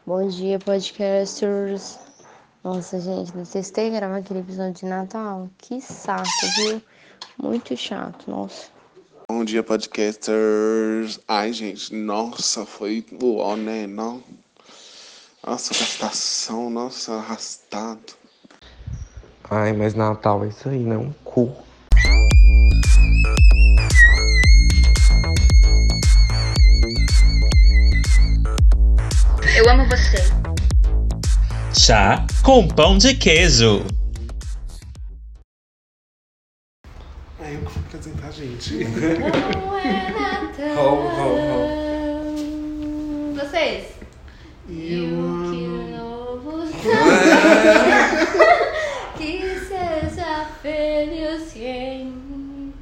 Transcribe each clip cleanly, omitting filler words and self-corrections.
Bom dia, podcasters. Nossa, gente, detestei gravar aquele episódio de Natal. Que saco, viu? Muito chato, nossa. Bom dia, podcasters. Ai, gente, nossa, foi uó, né? Não. Nossa, gastação, nossa, arrastado. Ai, mas Natal é isso aí, né? Um cu. Eu amo você. Chá com pão de queijo. Ai, eu que vou apresentar a gente. Não é Natal. Ho, Vocês? E Que novo que seja feliz quem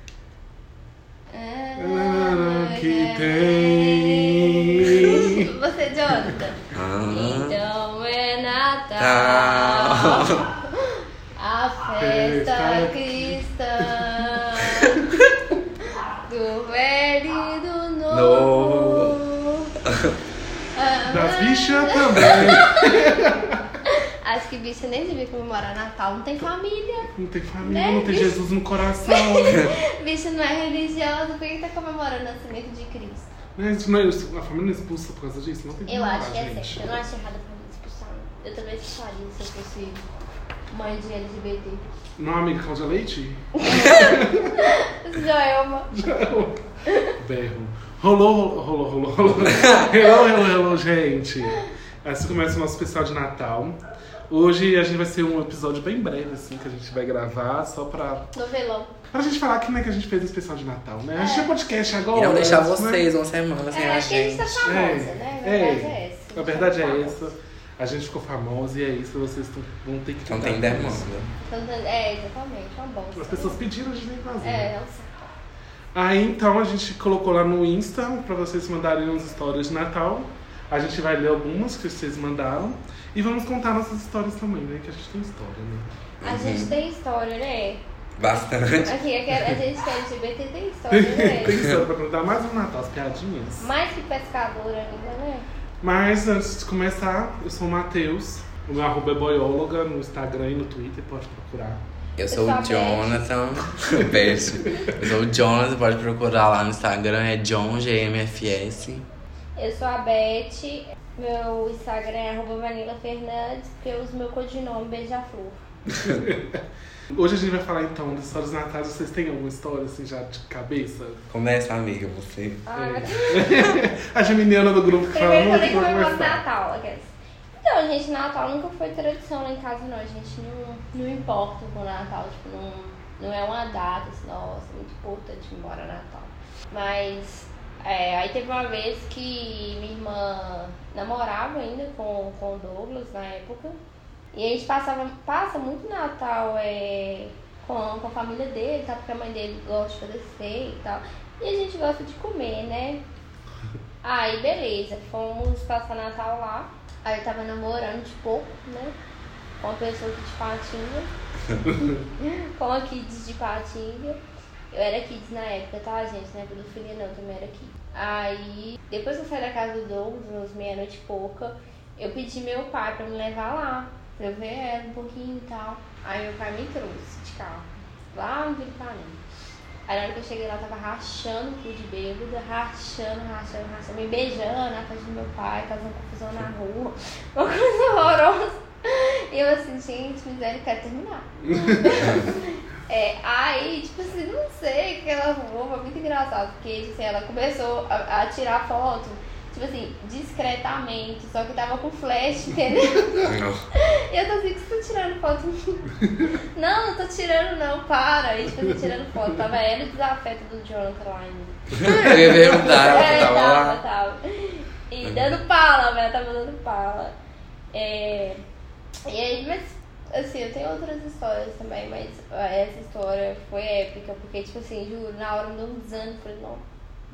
que tem. Você, Jonathan. Então é Natal, a festa cristã do velho e do novo. Das bichas também. Acho que bicha nem devia comemorar Natal, não tem família. Não tem família, Né? não tem Jesus no coração. Bicha não é religiosa, por que tá comemorando o nascimento de Cristo? Mas não, a família não é expulsa por causa disso? Não tem que Eu comemorar, acho que é gente. certo, eu não acho errado a família expulsar. Eu também expulsaria se eu fosse mãe de LGBT. Não, amiga, Cláudia Leite? Joelma. Berro. Rolou. Hello, gente. Assim começa o nosso especial de Natal. Hoje a gente vai ser um episódio bem breve, assim, que a gente vai gravar só pra Novelão. gente falar que, né, que a gente fez um especial de Natal, né? A gente é podcast agora. E não deixar né? vocês uma semana sem a Porque a gente tá gente. famosa, né? A verdade é essa. A verdade é essa. A gente ficou famosa e é isso, vocês vão ter que Então lidar tem com demanda. isso. Exatamente, uma bosta. As pessoas pediram, a gente nem fazer. É um saco. Aí então a gente colocou lá no Insta pra vocês mandarem umas histórias de Natal. A gente vai ler algumas que vocês mandaram. E vamos contar nossas histórias também, né? Que a gente tem história, né? A gente tem história, né? Bastante. Aqui, a gente que é LGBT tem história, né? Tem história pra contar mais um Natal, as piadinhas. Mais que pescador ainda, né? Mas antes de começar, eu sou o Matheus. O meu arroba é boióloga no Instagram e no Twitter, pode procurar. Eu sou sou a o Jonathan. Beijo. Eu sou o Jonathan, pode procurar lá no Instagram, é JohnGMFS. Eu sou a Beth, meu Instagram é @VanilaFernandes, porque eu uso meu codinome Beija-Flor. Hoje a gente vai falar então das histórias de Natal. Vocês têm alguma história assim já de cabeça? Começa, amiga, você. A geminiana do grupo que fala Primeiro muito falei que vai eu gosto de começar. Natal, aquelas. Então, gente, Natal nunca foi tradição lá em casa, não. A gente não importa com o Natal, tipo, não é uma data, assim, nossa, muito importante embora Natal. Mas, aí teve uma vez que minha irmã namorava ainda com o Douglas na época. E a gente passa muito Natal com a família dele, tá? Porque a mãe dele gosta de fazer ceia e tal. E a gente gosta de comer, né? Aí, beleza, fomos passar Natal lá. Aí eu tava namorando de pouco, né? Com uma pessoa aqui de Patinga. Com a Kids de Patinga. Eu era Kids na época, tá, gente? Na época do filho não, também era Kids. Aí, depois que eu saí da casa do Douglas, uns meia-noite e pouca, eu pedi meu pai pra me levar lá. Pra eu ver ela um pouquinho e tal. Aí meu pai me trouxe de carro. Lá no Viripanema. Aí na hora que eu cheguei lá, eu tava rachando o cu de bêbada, rachando, me beijando na casa do meu pai, causando confusão na rua, uma coisa horrorosa. E eu assim, gente, miséria, quero terminar. Aí, tipo assim, não sei o que ela arrumou, foi muito engraçado, porque tipo assim, ela começou a tirar foto, tipo assim, discretamente, só que tava com flash, entendeu? E eu tô assim, que você tá tirando foto? Não tô tirando não, para. E tipo assim, tirando foto. Tava ela e o desafeto do Jonathan lá ainda. Eu ia perguntar, ela tava lá. Tava. E dando pala, velho, tava dando pala. E aí, mas assim, eu tenho outras histórias também, mas essa história foi épica, porque tipo assim, juro, na hora me deu um desânimo, falei, não,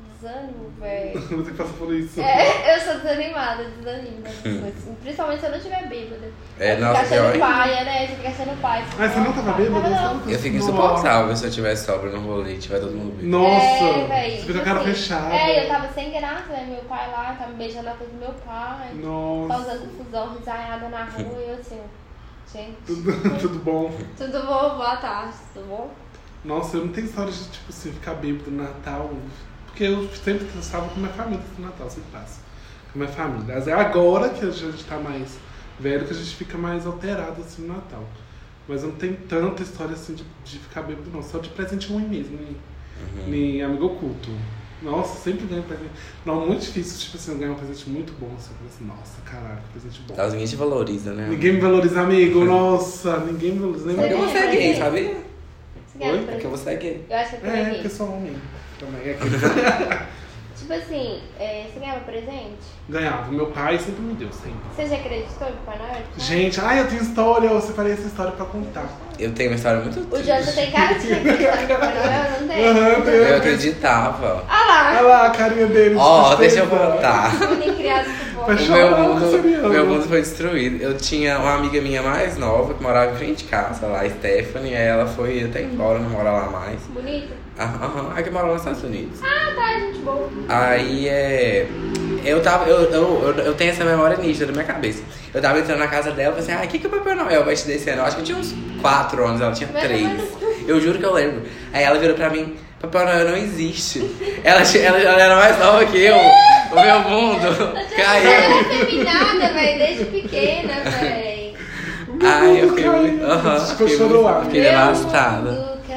Desânimo, velho. Você que passou por isso. Eu sou desanimada, desanimo das coisas. Principalmente se eu não estiver bêbada. Nossa, fica sendo paia, né? Você fica sendo paia. Ah, você não tava bêbada? Não. Eu fico insuportável se eu tivesse sobra no rolê e tiver todo mundo bêbado. Nossa, véi, você fica com a cara fechada. Eu tava sem graça, né? Meu pai lá, tava me beijando na frente do meu pai. Nossa. Causando confusão, risaiada na rua e eu assim, gente. Tudo bom? Tudo bom? Boa tarde, tudo bom? Nossa, eu não tenho história de, tipo assim, ficar bêbado no Natal. Porque eu sempre estava com minha família no Natal, sempre passo. Com minha família. Mas é agora que a gente tá mais velho que a gente fica mais alterado assim no Natal. Mas eu não tenho tanta história assim de ficar bêbado, não. Só de presente ruim mesmo, nem amigo oculto. Nossa, sempre ganho presente. Não, muito difícil, tipo assim, eu ganhar um presente muito bom. Assim, eu falei assim, nossa, caralho, que presente bom. Ninguém te valoriza, né? Ninguém me valoriza, amigo. Nossa, ninguém me valoriza. Nem Porque você é gay, sabia? Você quer Oi? um Porque você é gay. Eu acho que eu É, ganhei. porque sou homem também. É que... Tipo assim, você ganhava presente? Ganhava. Meu pai sempre me deu, sempre. Você já acreditou no Papai Noel? Gente, eu tenho história. Eu separei essa história pra contar. Eu tenho uma história muito O triste. Jonathan tem cara de acreditar no Papai Noel, não tem? Aham, Eu acreditava. Ah Olha lá a carinha dele. Ó, de deixa eu tristeza. contar. lá, menino criado com Vai fome. chorar. Meu mundo foi destruído. Eu tinha uma amiga minha mais nova que morava em frente de casa, lá, a Stephanie. Aí ela foi até embora, não mora lá mais. Bonito? A que mora lá nos Estados Unidos. Ah, tá, gente boa. Aí eu tenho essa memória nítida na minha cabeça. Eu tava entrando na casa dela e falei assim, o que o Papai Noel vai te dar esse ano? Eu acho que eu tinha uns 4 anos, ela tinha 3. Eu juro que eu lembro. Aí ela virou pra mim, Papai Noel não existe. Ela era mais nova que eu. O meu mundo caiu. Ela é feminada, velho, desde pequena, velho. Ai, eu fiquei Ficou choroado. fiquei devastada. Meu mundo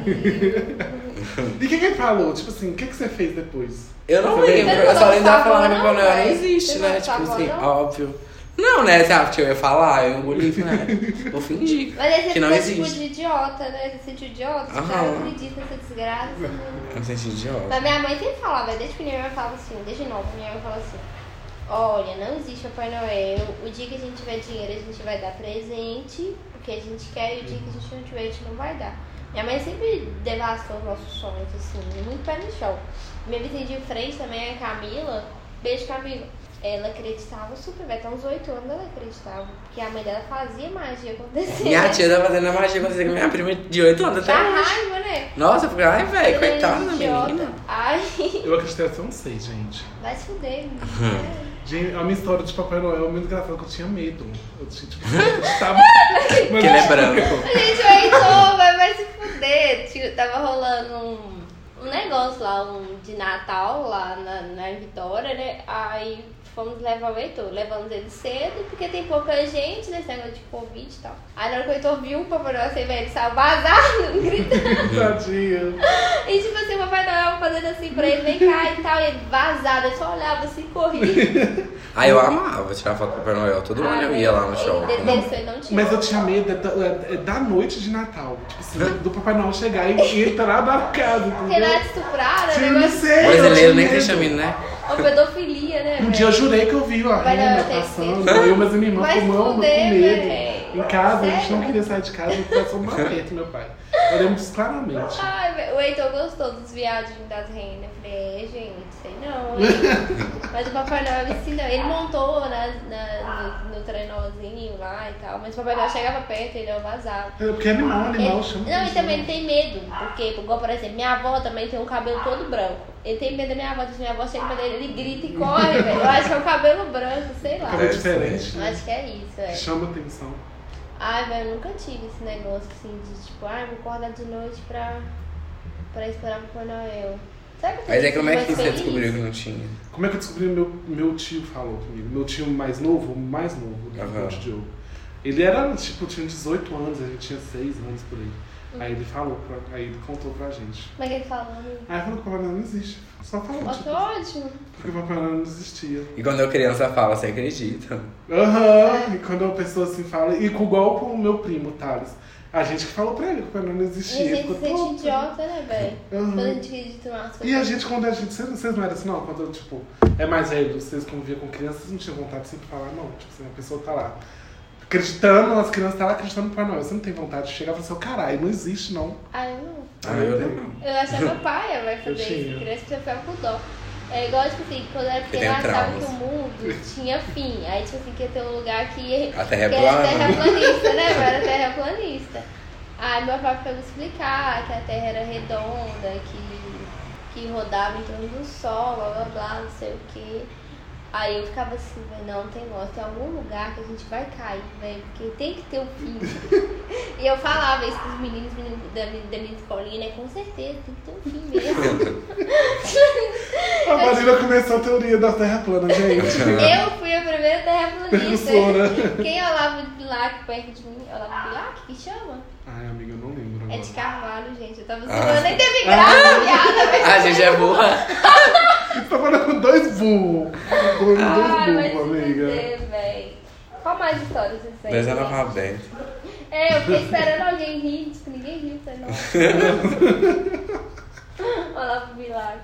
caiu. E o que ele falou? Tipo assim, o que você fez depois? Eu não Você lembro, lembra? eu só lembro dela Você falando não que o Papai Noel não velho? existe, Você né? não Tipo falou, assim, não? óbvio. Não, né? Você acha que eu ia falar? Eu engoli, né? Vou fingir Mas aí você que não fica tipo existe. de idiota, né? Você se sente idiota, você Aham. não acredita nessa desgraça. Né? Eu me senti idiota. Mas minha mãe sempre falava, desde que minha mãe falava assim, desde nova, minha mãe falava assim, olha, não existe Papai Noel, o dia que a gente tiver dinheiro a gente vai dar presente, porque a gente quer, e o dia que a gente não tiver a gente não vai dar. Minha mãe sempre devastou os nossos sonhos, assim, muito pé no chão. Minha vizinha de frente também, a Camila, beijo Camila. Ela acreditava super, vai até uns 8 anos ela acreditava, porque a mãe dela fazia magia acontecer. Minha tia tá fazendo a magia acontecer com minha prima de 8 anos Dá até hoje. raiva, né? Nossa, eu falei, ai, velho, Ela é coitada da idiota. menina. Ai, Eu acreditei até uns 6, gente. vai se fuder. Gente, a minha história de Papai Noel é muito engraçada, que eu tinha medo. Eu tinha, tipo, eu acreditava. Porque ele é branco. Gente, o Heitor vai se fuder. Tava rolando um negócio lá, de Natal, lá na Vitória, né? Aí fomos levar o Heitor. Levamos ele cedo, porque tem pouca gente, nesse negócio de Covid e tal. Aí na hora que o Heitor viu o Papai Noel, assim, velho, ele saiu vazado, gritando. Tadinha. E tipo assim, o Papai Noel fazendo assim pra ele, vem cá e tal. E ele vazado, ele só olhava assim e corria. Aí eu amava tirar foto com o Papai Noel. Todo ano eu ia lá no shopping. Ele desceu e não tinha. Mas eu tinha medo da noite de Natal. Tipo assim, do Papai Noel chegar e entrar na casa, Porque entendeu? não é estuprada, Sim, né? não sei. eu Brasileiro tinha nem medo. tem chamino, né? Uma pedofilia, né? Um dia eu jurei que eu vi a Vai Rena dar ter passando, certeza. eu, mas a minha irmã Vai com mão, com fuder, medo. véi. Em casa, a gente Sério? não queria sair de casa, passou um aperto, meu pai. Eu lembro disso claramente. Ai, o Heitor gostou dos viadinhos das reinas. Eu falei, gente, sei não, hein? Mas o Papai Noel me ensinou. Ele montou no trenózinho lá e tal. Mas o Papai Noel chegava perto e ele ia vazar. É, porque animal chama. Não, e também ele tem medo. Porque, igual, por exemplo, minha avó também tem um cabelo todo branco. Ele tem medo da minha avó. Se minha avó chega pra ele, ele grita e corre, velho. Eu acho que é o cabelo branco, sei lá. Cabelo diferente. Eu acho que é isso, é. Chama atenção. Ai, velho, eu nunca tive esse negócio assim de tipo, vou acordar de noite pra esperar o Papai Noel. Sabe que Mas é como é que mais você feliz? descobriu que não tinha? Como é que eu descobri? Meu tio falou comigo. Meu tio mais novo, né? Meu tio Diogo. Ele era, tipo, tinha 18 anos, a gente tinha 6 anos por aí. Aí ele falou, aí ele contou pra gente. Como é que ele falou? Aí falou que o Papai Noel não existe. Só falou, Nossa, tipo, ótimo. porque o Papai Noel não existia. E quando eu criança fala, você acredita? Aham, e quando a pessoa assim fala, e igual com o meu primo, Thales, a gente que falou pra ele que o Papai Noel não E existia. a gente ficou se sente tonto. idiota, né, velho? Uhum. Quando a gente acredita umas coisas. E a gente, quando a gente, vocês não eram assim, não? Quando, tipo, é mais velho, vocês conviviam com crianças, vocês não tinham vontade de sempre falar, não. Tipo assim, a pessoa tá lá, acreditando, as crianças estavam acreditando no Papai Noel. Você não tem vontade de chegar e falar assim, caralho, não existe não. Ah, eu não. Eu não. Eu achava paia, vai fazer isso. Criança precisa ficar com dó. É igual, tipo assim, quando eu era pequena, eu achava que o mundo tinha fim. Aí, tipo assim, que ia ter um lugar que A Terra é que era plana. terraplanista, né? Eu era terraplanista. Aí meu pai foi me explicar que a Terra era redonda, que rodava em torno do Sol, blá blá blá, não sei o quê. Aí eu ficava assim, velho, não, tem algum lugar que a gente vai cair, velho, porque tem que ter um fim. E eu falava isso pros meninos da minha escolinha, né? Com certeza, tem que ter um fim mesmo. A Marina começou a teoria da Terra plana, gente. Eu fui a primeira terraplanista. Precursora. Quem é Olavo Bilac perto de mim? Olavo Bilac? Que chama? Ai, amiga, eu não lembro agora. É de Carvalho, gente. Eu tava zoando, nem teve graça, piada, velho. A gente é burra. Você tá falando com dois burros. Ai, mas Dois burros, amiga. velho. Qual mais história você tem? Dois analfabetos. Eu fiquei esperando alguém rir, disse que ninguém riu, falei, não. Olavo Bilac.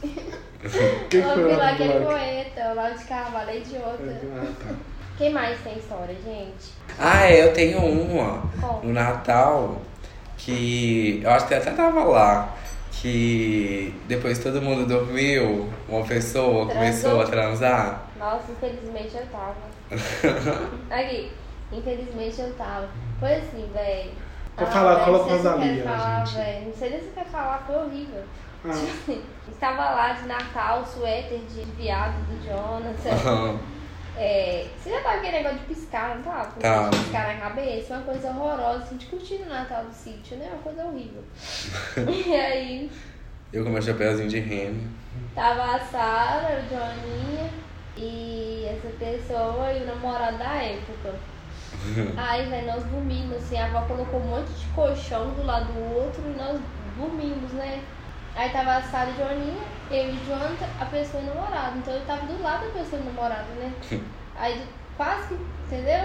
Quem Olavo foi Bilac é Bilac? poeta, Olavo de Carvalho é idiota. Ah, tá. Quem mais tem história, gente? Eu tenho uma Qual? no Natal que eu acho que até tava lá. Que depois que todo mundo dormiu, uma pessoa começou a transar. Nossa, infelizmente eu tava. Aqui, infelizmente eu tava. Foi assim, velho. Pode falar, velho, coloca não sei se eu Rosalia, quero falar, gente. velho. Não sei nem se eu quero falar, foi horrível. Ah. Tipo assim, estava lá de Natal, suéter de viado do Jonathan. Você já tava aquele negócio de piscar, não tava? Tá. De piscar na cabeça, uma coisa horrorosa, assim, de curtir o Natal do sítio, né? Uma coisa horrível. E aí, Eu com meu chapéuzinho de remo. tava a Sara, o Joaninha e essa pessoa e o namorado da época. Aí, velho, nós dormimos, assim, a avó colocou um monte de colchão do lado do outro e nós dormimos, né? Aí tava a Sara e o Joaninha, eu e o Jonathan, a pessoa e o namorado. Então eu tava do lado da pessoa e do namorado, né? Aí quase que, entendeu?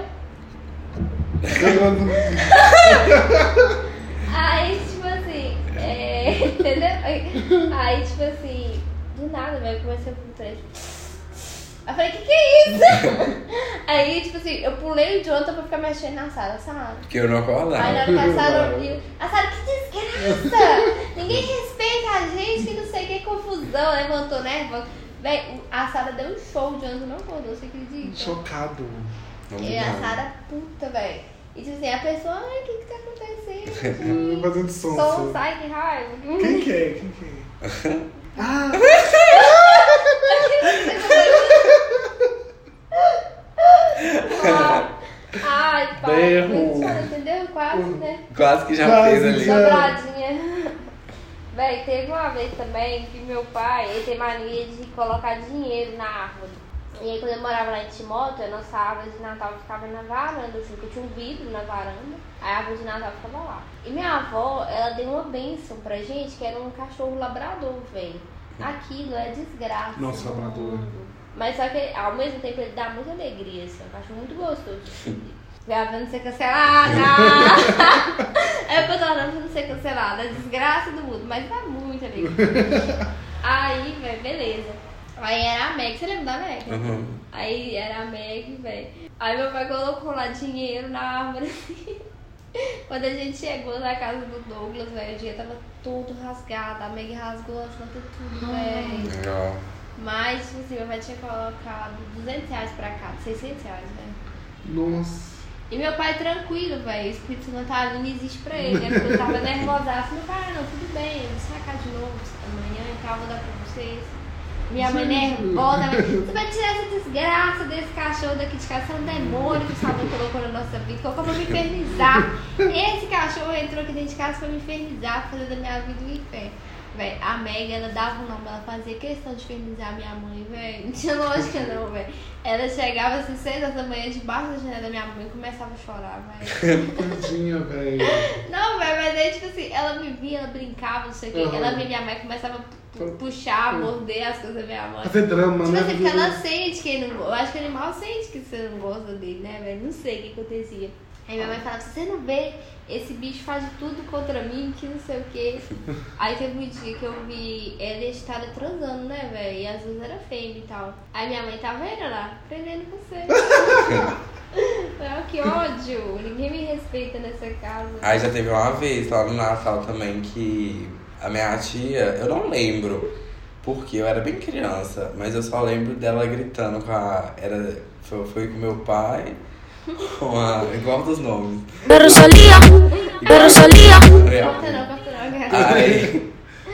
Aí, tipo assim, entendeu? Aí, tipo assim, do nada, velho, eu comecei a putar. Aí eu falei, que é isso? Aí, tipo assim, eu pulei o Jonathan pra ficar mexendo na Sara, sabe? Porque eu não acordava. Aí na hora que a Sara ouviu, a Sara, que desgraça! Ninguém respeita a gente, que não sei o que, confusão, levantou nervosa. Véi, a Sara deu um show, o Jonathan não acordou, você acredita? Chocado. E a Sara puta, véi. E tipo assim, a pessoa, ai, o que tá acontecendo? gente? Fazendo som. Som, sai, que raiva. Quem que é? Quem que é? Ah! Ai, pai, Berro. entendeu? Quase, né? Quase que já Quase fez ali. já. Dobradinha. Véi, teve uma vez também que meu pai, ele tem mania de colocar dinheiro na árvore. E aí quando eu morava lá em Timóteo, a nossa árvore de Natal ficava na varanda, assim, porque eu tinha um vidro na varanda, a árvore de Natal ficava lá. E minha avó, ela deu uma bênção pra gente, que era um cachorro labrador, velho. Aquilo é desgraça. Nossa, no labrador. mundo. Mas só que ao mesmo tempo ele dá muita alegria, assim, é um cachorro muito gostoso de ter. Gravando ser cancelada! É o que eu tô falando pra não ser cancelada, a desgraça do mundo, mas dá muita alegria. Aí, velho, beleza. Aí era a Meg, você lembra da Meg? Uhum. Aí era a Meg, velho. Aí meu pai colocou lá dinheiro na árvore. Quando a gente chegou na casa do Douglas, velho, o dia tava todo rasgado. A Meg rasgou as plantas tudo, velho. Não. Mas, tipo assim, meu pai tinha colocado R$200 pra cada, R$600, velho. Nossa. E meu pai tranquilo, velho. O espírito natalino não existe pra ele, né? Porque eu tava nervosa. Meu pai, não, tudo bem, eu vou sacar de novo amanhã, então eu vou dar pra vocês. Minha mãe nervosa, você vai tirar essa desgraça desse cachorro daqui de casa, você é um demônio que o Salvador colocou na nossa vida, colocou pra me infernizar. Esse cachorro entrou aqui dentro de casa pra me infernizar, pra fazer da minha vida um inferno. Véi, a Meg, ela dava um nome, ela fazia questão de infernizar minha mãe, velho. Não tinha lógica não, velho. Ela chegava assim, 6 horas da manhã, debaixo da janela da minha mãe e começava a chorar, velho. Tadinha, velho. Não, velho, mas aí, tipo assim, ela me via, ela brincava, não sei o quê. Uhum. Ela via minha mãe, começava a puxar, morder as coisas da minha mãe. Fazer drama, Tipo né? assim, porque ela sente que ele não gosta. Eu acho que o animal sente que você não gosta dele, né, velho? Não sei o que acontecia. Aí minha mãe falava, você não vê, esse bicho faz de tudo contra mim, que não sei o quê. Aí teve um dia que eu vi ela e a Estada transando, né, velho? E às vezes era fêmea e tal. Aí minha mãe tá vendo lá, prendendo você. Foi uma que ódio. Ninguém me respeita nessa casa. Aí já teve uma vez lá no Natal também que a minha tia, eu não lembro porque eu era bem criança, mas eu só lembro dela gritando com a. Foi com meu pai, com a. Igual dos nomes. Rosalía, Rosalía. Corta não.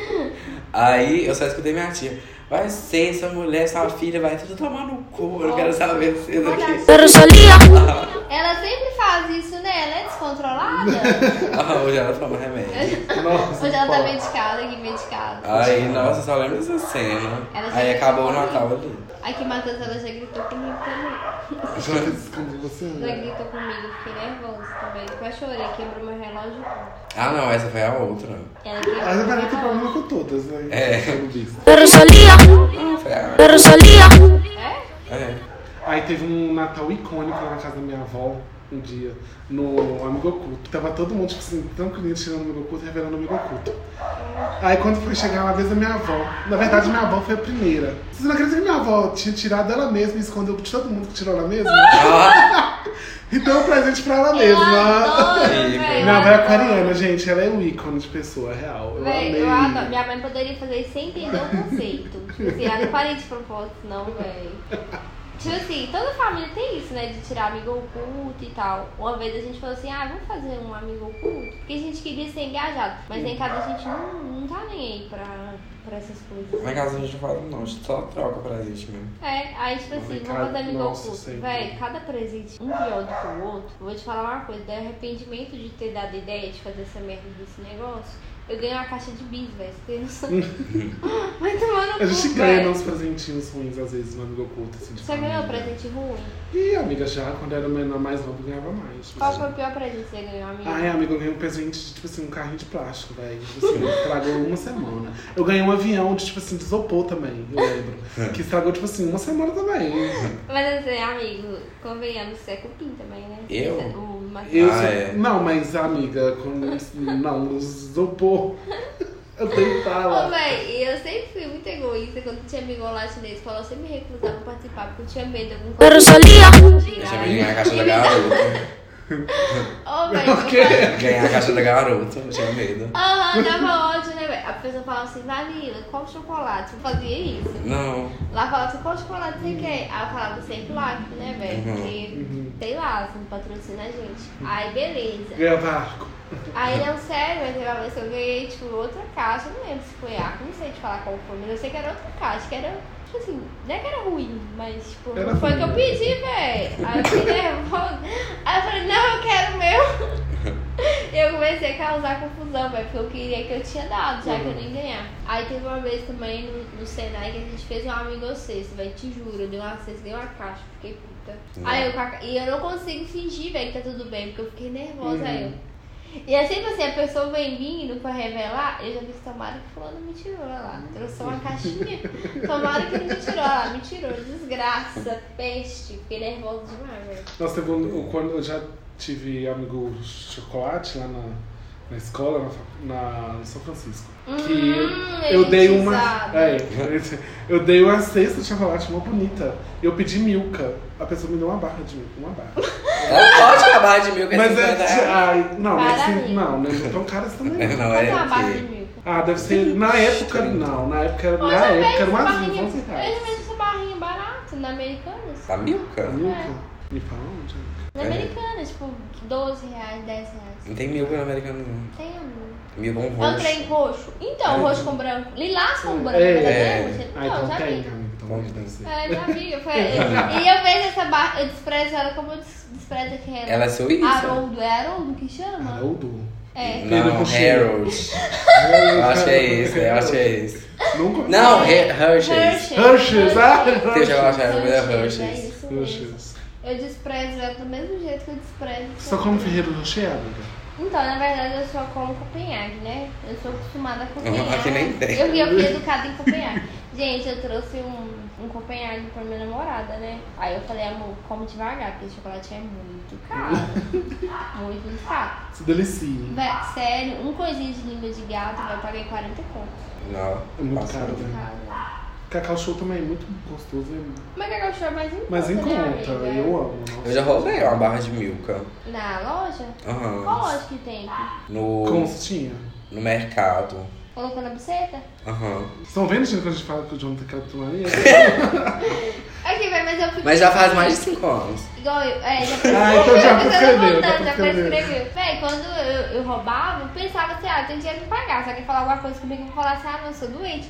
Aí eu só escutei minha tia. Vai ser, sua mulher, sua filha, vai tudo tomar no cu. Eu não quero saber disso aqui. Rosalía. Ela sempre faz isso, né? Ela é descontrolada. Hoje ela toma remédio. Nossa, Hoje ela tá pô. medicada, aqui medicada. Aí, nossa, só lembro dessa cena. Ela já Aí acabou o gritou Natal comigo. ali. Aqui, Matheus, ela já gritou comigo também. Já fez isso com você? Ela gritou comigo, fiquei nervosa também. Quase chorei, quebrou meu relógio. Ah, não, essa foi a outra. Ela quebrou Mas meu agora tem relógio. problema com todas, né? É. Pelo visto. Rosalía, Foi a... Rosalía. É? É. Aí teve um Natal icônico lá na casa da minha avó, um dia, no Amigo Oculto. Tava todo mundo, tipo assim, tão cliente tirando o Amigo Oculto e revelando o Amigo Oculto. Aí quando foi chegar uma vez a minha avó, na verdade minha avó foi a primeira. Vocês não acreditam que minha avó tinha tirado ela mesma e escondeu de todo mundo que tirou ela mesma? Ah, E deu um presente pra ela Eu mesma. adoro, Véi, velho. Minha avó é aquariana, gente, ela é um ícone de pessoa real. Eu Véi, amei. eu adoro. Minha mãe poderia fazer isso sem entender o conceito. Tipo assim, ela não faria de propósito, não, velho. Tipo assim, toda família tem isso, né? De tirar amigo oculto e tal. Uma vez a gente falou assim, vamos fazer um amigo oculto? Porque a gente queria ser engajado. Mas em casa a gente não tá nem aí pra essas coisas. lá em casa a gente não fala, não, a gente só troca presente mesmo. Aí tipo assim, Mas vamos fazer amigo nossa, oculto. sempre. Véi, cada presente, um pior do que o outro. Eu vou te falar uma coisa, dá arrependimento de ter dado ideia de fazer essa merda desse negócio. Eu ganhei uma caixa de bis, velho. Você tem noção? Vai tomar no cu, A gente ganha véi. uns presentinhos ruins, às vezes, no Amigo Oculto, assim, de Você ganhou um família. presente ruim? Ih, amiga, já quando era menor, mais novo, eu ganhava mais. Qual foi o pior presente que você ganhou, amigo? Ai, amigo, eu ganhei um presente de, tipo assim, um carrinho de plástico, velho. Tipo assim, estragou uma semana. Eu ganhei um avião de, tipo assim, de isopor também, eu lembro. Que estragou, tipo assim, uma semana também. Mas assim, amigo, convenhamos, você é cupim também, né? Eu? O Eu Ah, sou- é. Não, mas, amiga, não, os isopor. Eu tenho que falar. Ô, véi, eu sempre fui muito egoísta quando tinha amigo lá chinês. Eu sempre me recusava a participar porque eu tinha medo de algum Rosalía. Eu chamei de ganhar a caixa da garota. Ô, velho, O quê? Ganhar a caixa da garota, eu tinha medo. dava ódio, né, velho? A pessoa falava assim, Vanilla, qual chocolate? Eu fazia isso. Não. Lá falava assim, qual chocolate você quer? Aí eu falava sempre Lacto, né, velho? Uhum. Porque, sei lá, assim, patrocina a gente. Aí, beleza. Ganhei barco. Aí, não, sério, mas teve uma vez que eu ganhei, tipo, outra caixa. Eu não lembro se foi Arco, não sei te falar qual foi, mas eu sei que era outra caixa, que era, tipo assim, não é que era ruim, mas, tipo, Era não foi o que eu ruim. pedi, velho. Aí eu fiquei nervosa. Aí eu falei, não, eu quero o meu. Eu comecei a causar confusão, velho, porque eu queria que eu tinha dado, já que eu nem ganhar. Aí teve uma vez também no Senai que a gente fez um amigo cesto, velho, te juro, eu dei uma cesta, dei uma caixa, fiquei puta. Aí e eu não consigo fingir, velho, que tá tudo bem, porque eu fiquei nervosa, aí eu. E é sempre assim, a pessoa vem vindo pra revelar, eu já vi que tomara que fulano me tirou, olha lá, trouxe uma caixinha, tomara que ele me tirou, olha lá, me tirou, desgraça, peste, fiquei nervosa demais, velho. Nossa, teve quando eu já tive amigo chocolate lá na escola, no São Francisco. Que eu dei uma. elitizado. Eu dei uma cesta de chocolate, uma bonita. Eu pedi Milka. A pessoa me deu uma barra de Milka, uma barra. Não pode acabar de mil com Mas esse é. Ai, não, mas Para assim, mim. não, não é tão caras também. Não. Não Qual é é a barra de que... milk? Ah, deve ser. Na época, não. Na época era Hoje eu vejo uma essa asinha, barrinha, 11 eu já reais. vejo essa barrinha barata na Americanas. A Milka? Milka? Me fala onde? Na É. Americanas, tipo, 12 reais, 10 reais. Não tem Milka no americano, não. Tem, amor. Milka com É um roxo. trem roxo. Então, roxo com branco. Lilás com branco. É. Mas é Ah, não, então já tem, vi. amigo. Então deve ser. É, já vi. E eu vejo essa barra, eu desprezo ela como eu desprezo aquela. Ela é suíça? Haroldo. É Haroldo que chama? Haroldo. É. Não, com cheiro. Harold. Eu acho que é esse, eu acho que é esse. Nunca. Não, Hershey's. Hershey's, ah! Tem chocolate Hershey's, é Hershey's, é Hershey's. isso mesmo. Hershey's. Eu desprezo ela do mesmo jeito que eu desprezo. Só como Ferreiro Rocher, amiga? Então, na verdade, eu só como Copenhague, né? Eu sou acostumada a Copenhague. Aqui nem tem. Eu fui educada em Copenhague. Gente, eu trouxe um Copenhague pra minha namorada, né? Aí eu falei, amor, come devagar, porque esse chocolate é muito caro. Muito caro. Se delicie. Véi, sério, um coisinho de língua de gato vai pagar 40 conto. Não, É muito passa. caro, Muito né? caro, né? Cacau Show também é muito gostoso. Mas Cacau Show é mais em conta, Mas em né, conta, amiga? eu amo. Nossa. Eu já roubei uma barra de Milka. Na loja? Aham. Qual loja que tem aqui? Como se tinha? No mercado. Colocou na buceta? Aham. Vocês estão vendo, gente, quando a gente fala que o Jonathan tem cleptomania? Aqui, velho, mas eu fico... Mas já faz mais de 5 anos. Igual eu, já então já prescreveu, já prescreveu. Véi, quando eu roubava, eu pensava assim, tem dinheiro pra pagar. Só que falar alguma coisa comigo, eu vou falar assim, não, eu sou doente.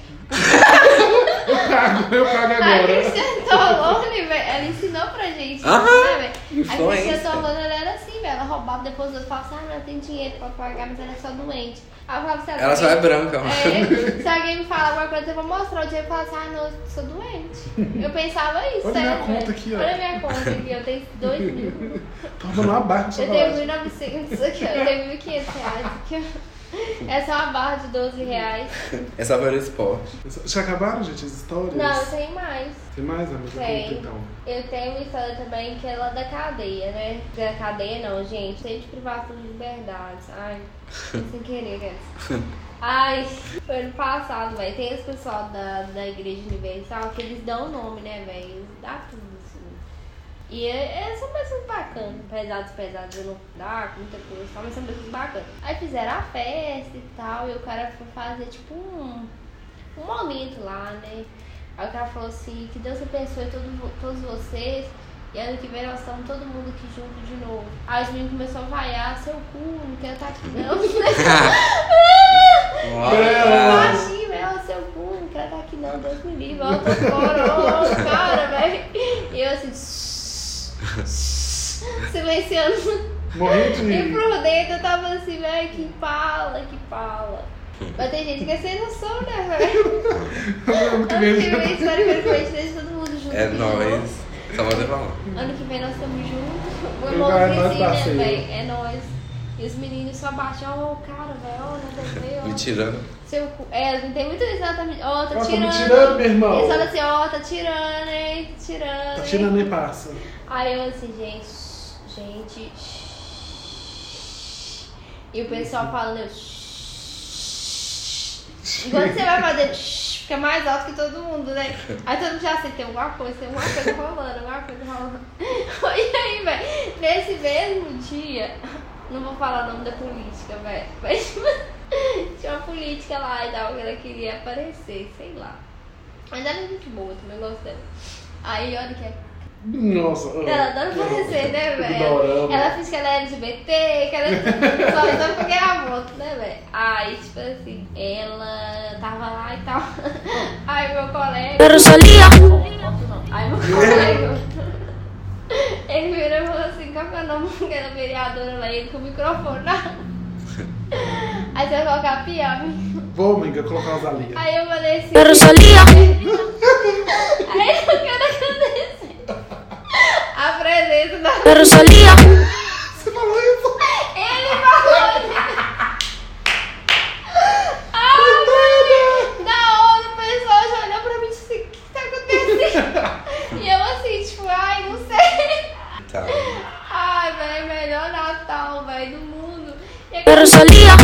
eu pago A agora. Cristian Tolone, velho, ela ensinou pra gente, Aham, né, velho? A influência. Cristian Tolone, ela era assim, velho, ela roubava, depois os outros falavam assim, não, eu tenho dinheiro pra pagar, mas ela é só doente. Aí eu falava assim, Ela só é branca. se alguém me falar alguma coisa, eu vou mostrar o dinheiro e falar assim, não, eu sou doente. Eu pensava isso, Olha minha sério, conta velho. aqui, ó. Olha minha conta aqui, eu tenho 2 mil. Tô roubando uma barra de Eu tenho chocolate. 1.900 aqui, ó. Eu tenho 1.500 reais aqui, ó. Essa é uma barra de 12 reais. É só pelo esporte. Já acabaram, gente, as histórias? Não, eu tenho mais. Tem mais, amiga? Tem. Conta, então. Eu tenho uma história também que é lá da cadeia, né? Da cadeia não, gente. Cheio de privação de liberdade. Ai, sem querer, né? Ai, foi ano passado, velho. Tem esse pessoal da Igreja Universal que eles dão o nome, né, velho? Eles dão tudo, assim. E são pessoas bacanas, pesados eu não dá, muita coisa, mas são pessoas bacanas. Aí fizeram a festa e tal, e o cara foi fazer tipo um momento lá, né? Aí o cara falou assim, que Deus abençoe todos vocês, e ano que vem nós estamos todo mundo aqui junto de novo. Aí os meninos começaram a vaiar, seu cu, não quero estar aqui não. Baixinho, velho, seu cu, não quero estar aqui não, Deus me livre, ó, tô fora, cara, velho. E eu assim, silenciando. Morrendo de E por dentro eu tava assim, velho, que pala. Mas tem gente que é sem noção, né, velho? Ano que vem, espero que a gente deixe todo mundo junto. É de nóis. novo. Só vou te falar. Ano que vem nós estamos juntos. O Eu irmão vai, assim, nós né, parceiro. velho? É nóis. E os meninos só baixam, cara, velho, ó, nada a ver, ó. Me tirando. Seu cu. Não tem muito isso, ela tá me. Ó, tá Ó, tá me tirando. tirando, meu irmão. Eles falam assim, ó, tá tirando, hein? Tirando. Tá hein? tirando e passa. Aí eu assim, gente. E o pessoal falando, enquanto você vai fazer, fica mais alto que todo mundo, né? Aí todo mundo já assim, tem alguma coisa rolando. E aí, velho, nesse mesmo dia, não vou falar o nome da política, velho, mas tinha uma política lá e tal, que ela queria aparecer, sei lá. Mas ela é muito boa, também gosto dela. Aí, olha que é. Nossa. Ela adora aparecer, né, velho? Adorando. Ela finge que ela é LGBT, que ela só porque ela moto, né, velho? Aí, tipo assim, ela tava lá e tal. Aí meu colega. Rosalía, Aí meu colega. Ele virou e falou assim, qual que é o nome daquela vereadora lá? E ele com o microfone na. Aí você vai colocar piame. Vou, amiga, colocar umas alias. Aí eu falei assim. Rosalía, Aí eu quero agradecer a presença da. Rosalía, Você falou isso? Ele falou. Da hora o pessoal já olhou pra mim e disse assim, o que tá acontecendo? E eu assim, tipo, ai, não sei. Tá. Ai, velho, melhor Natal, velho, do mundo. E aquela, Rosalía,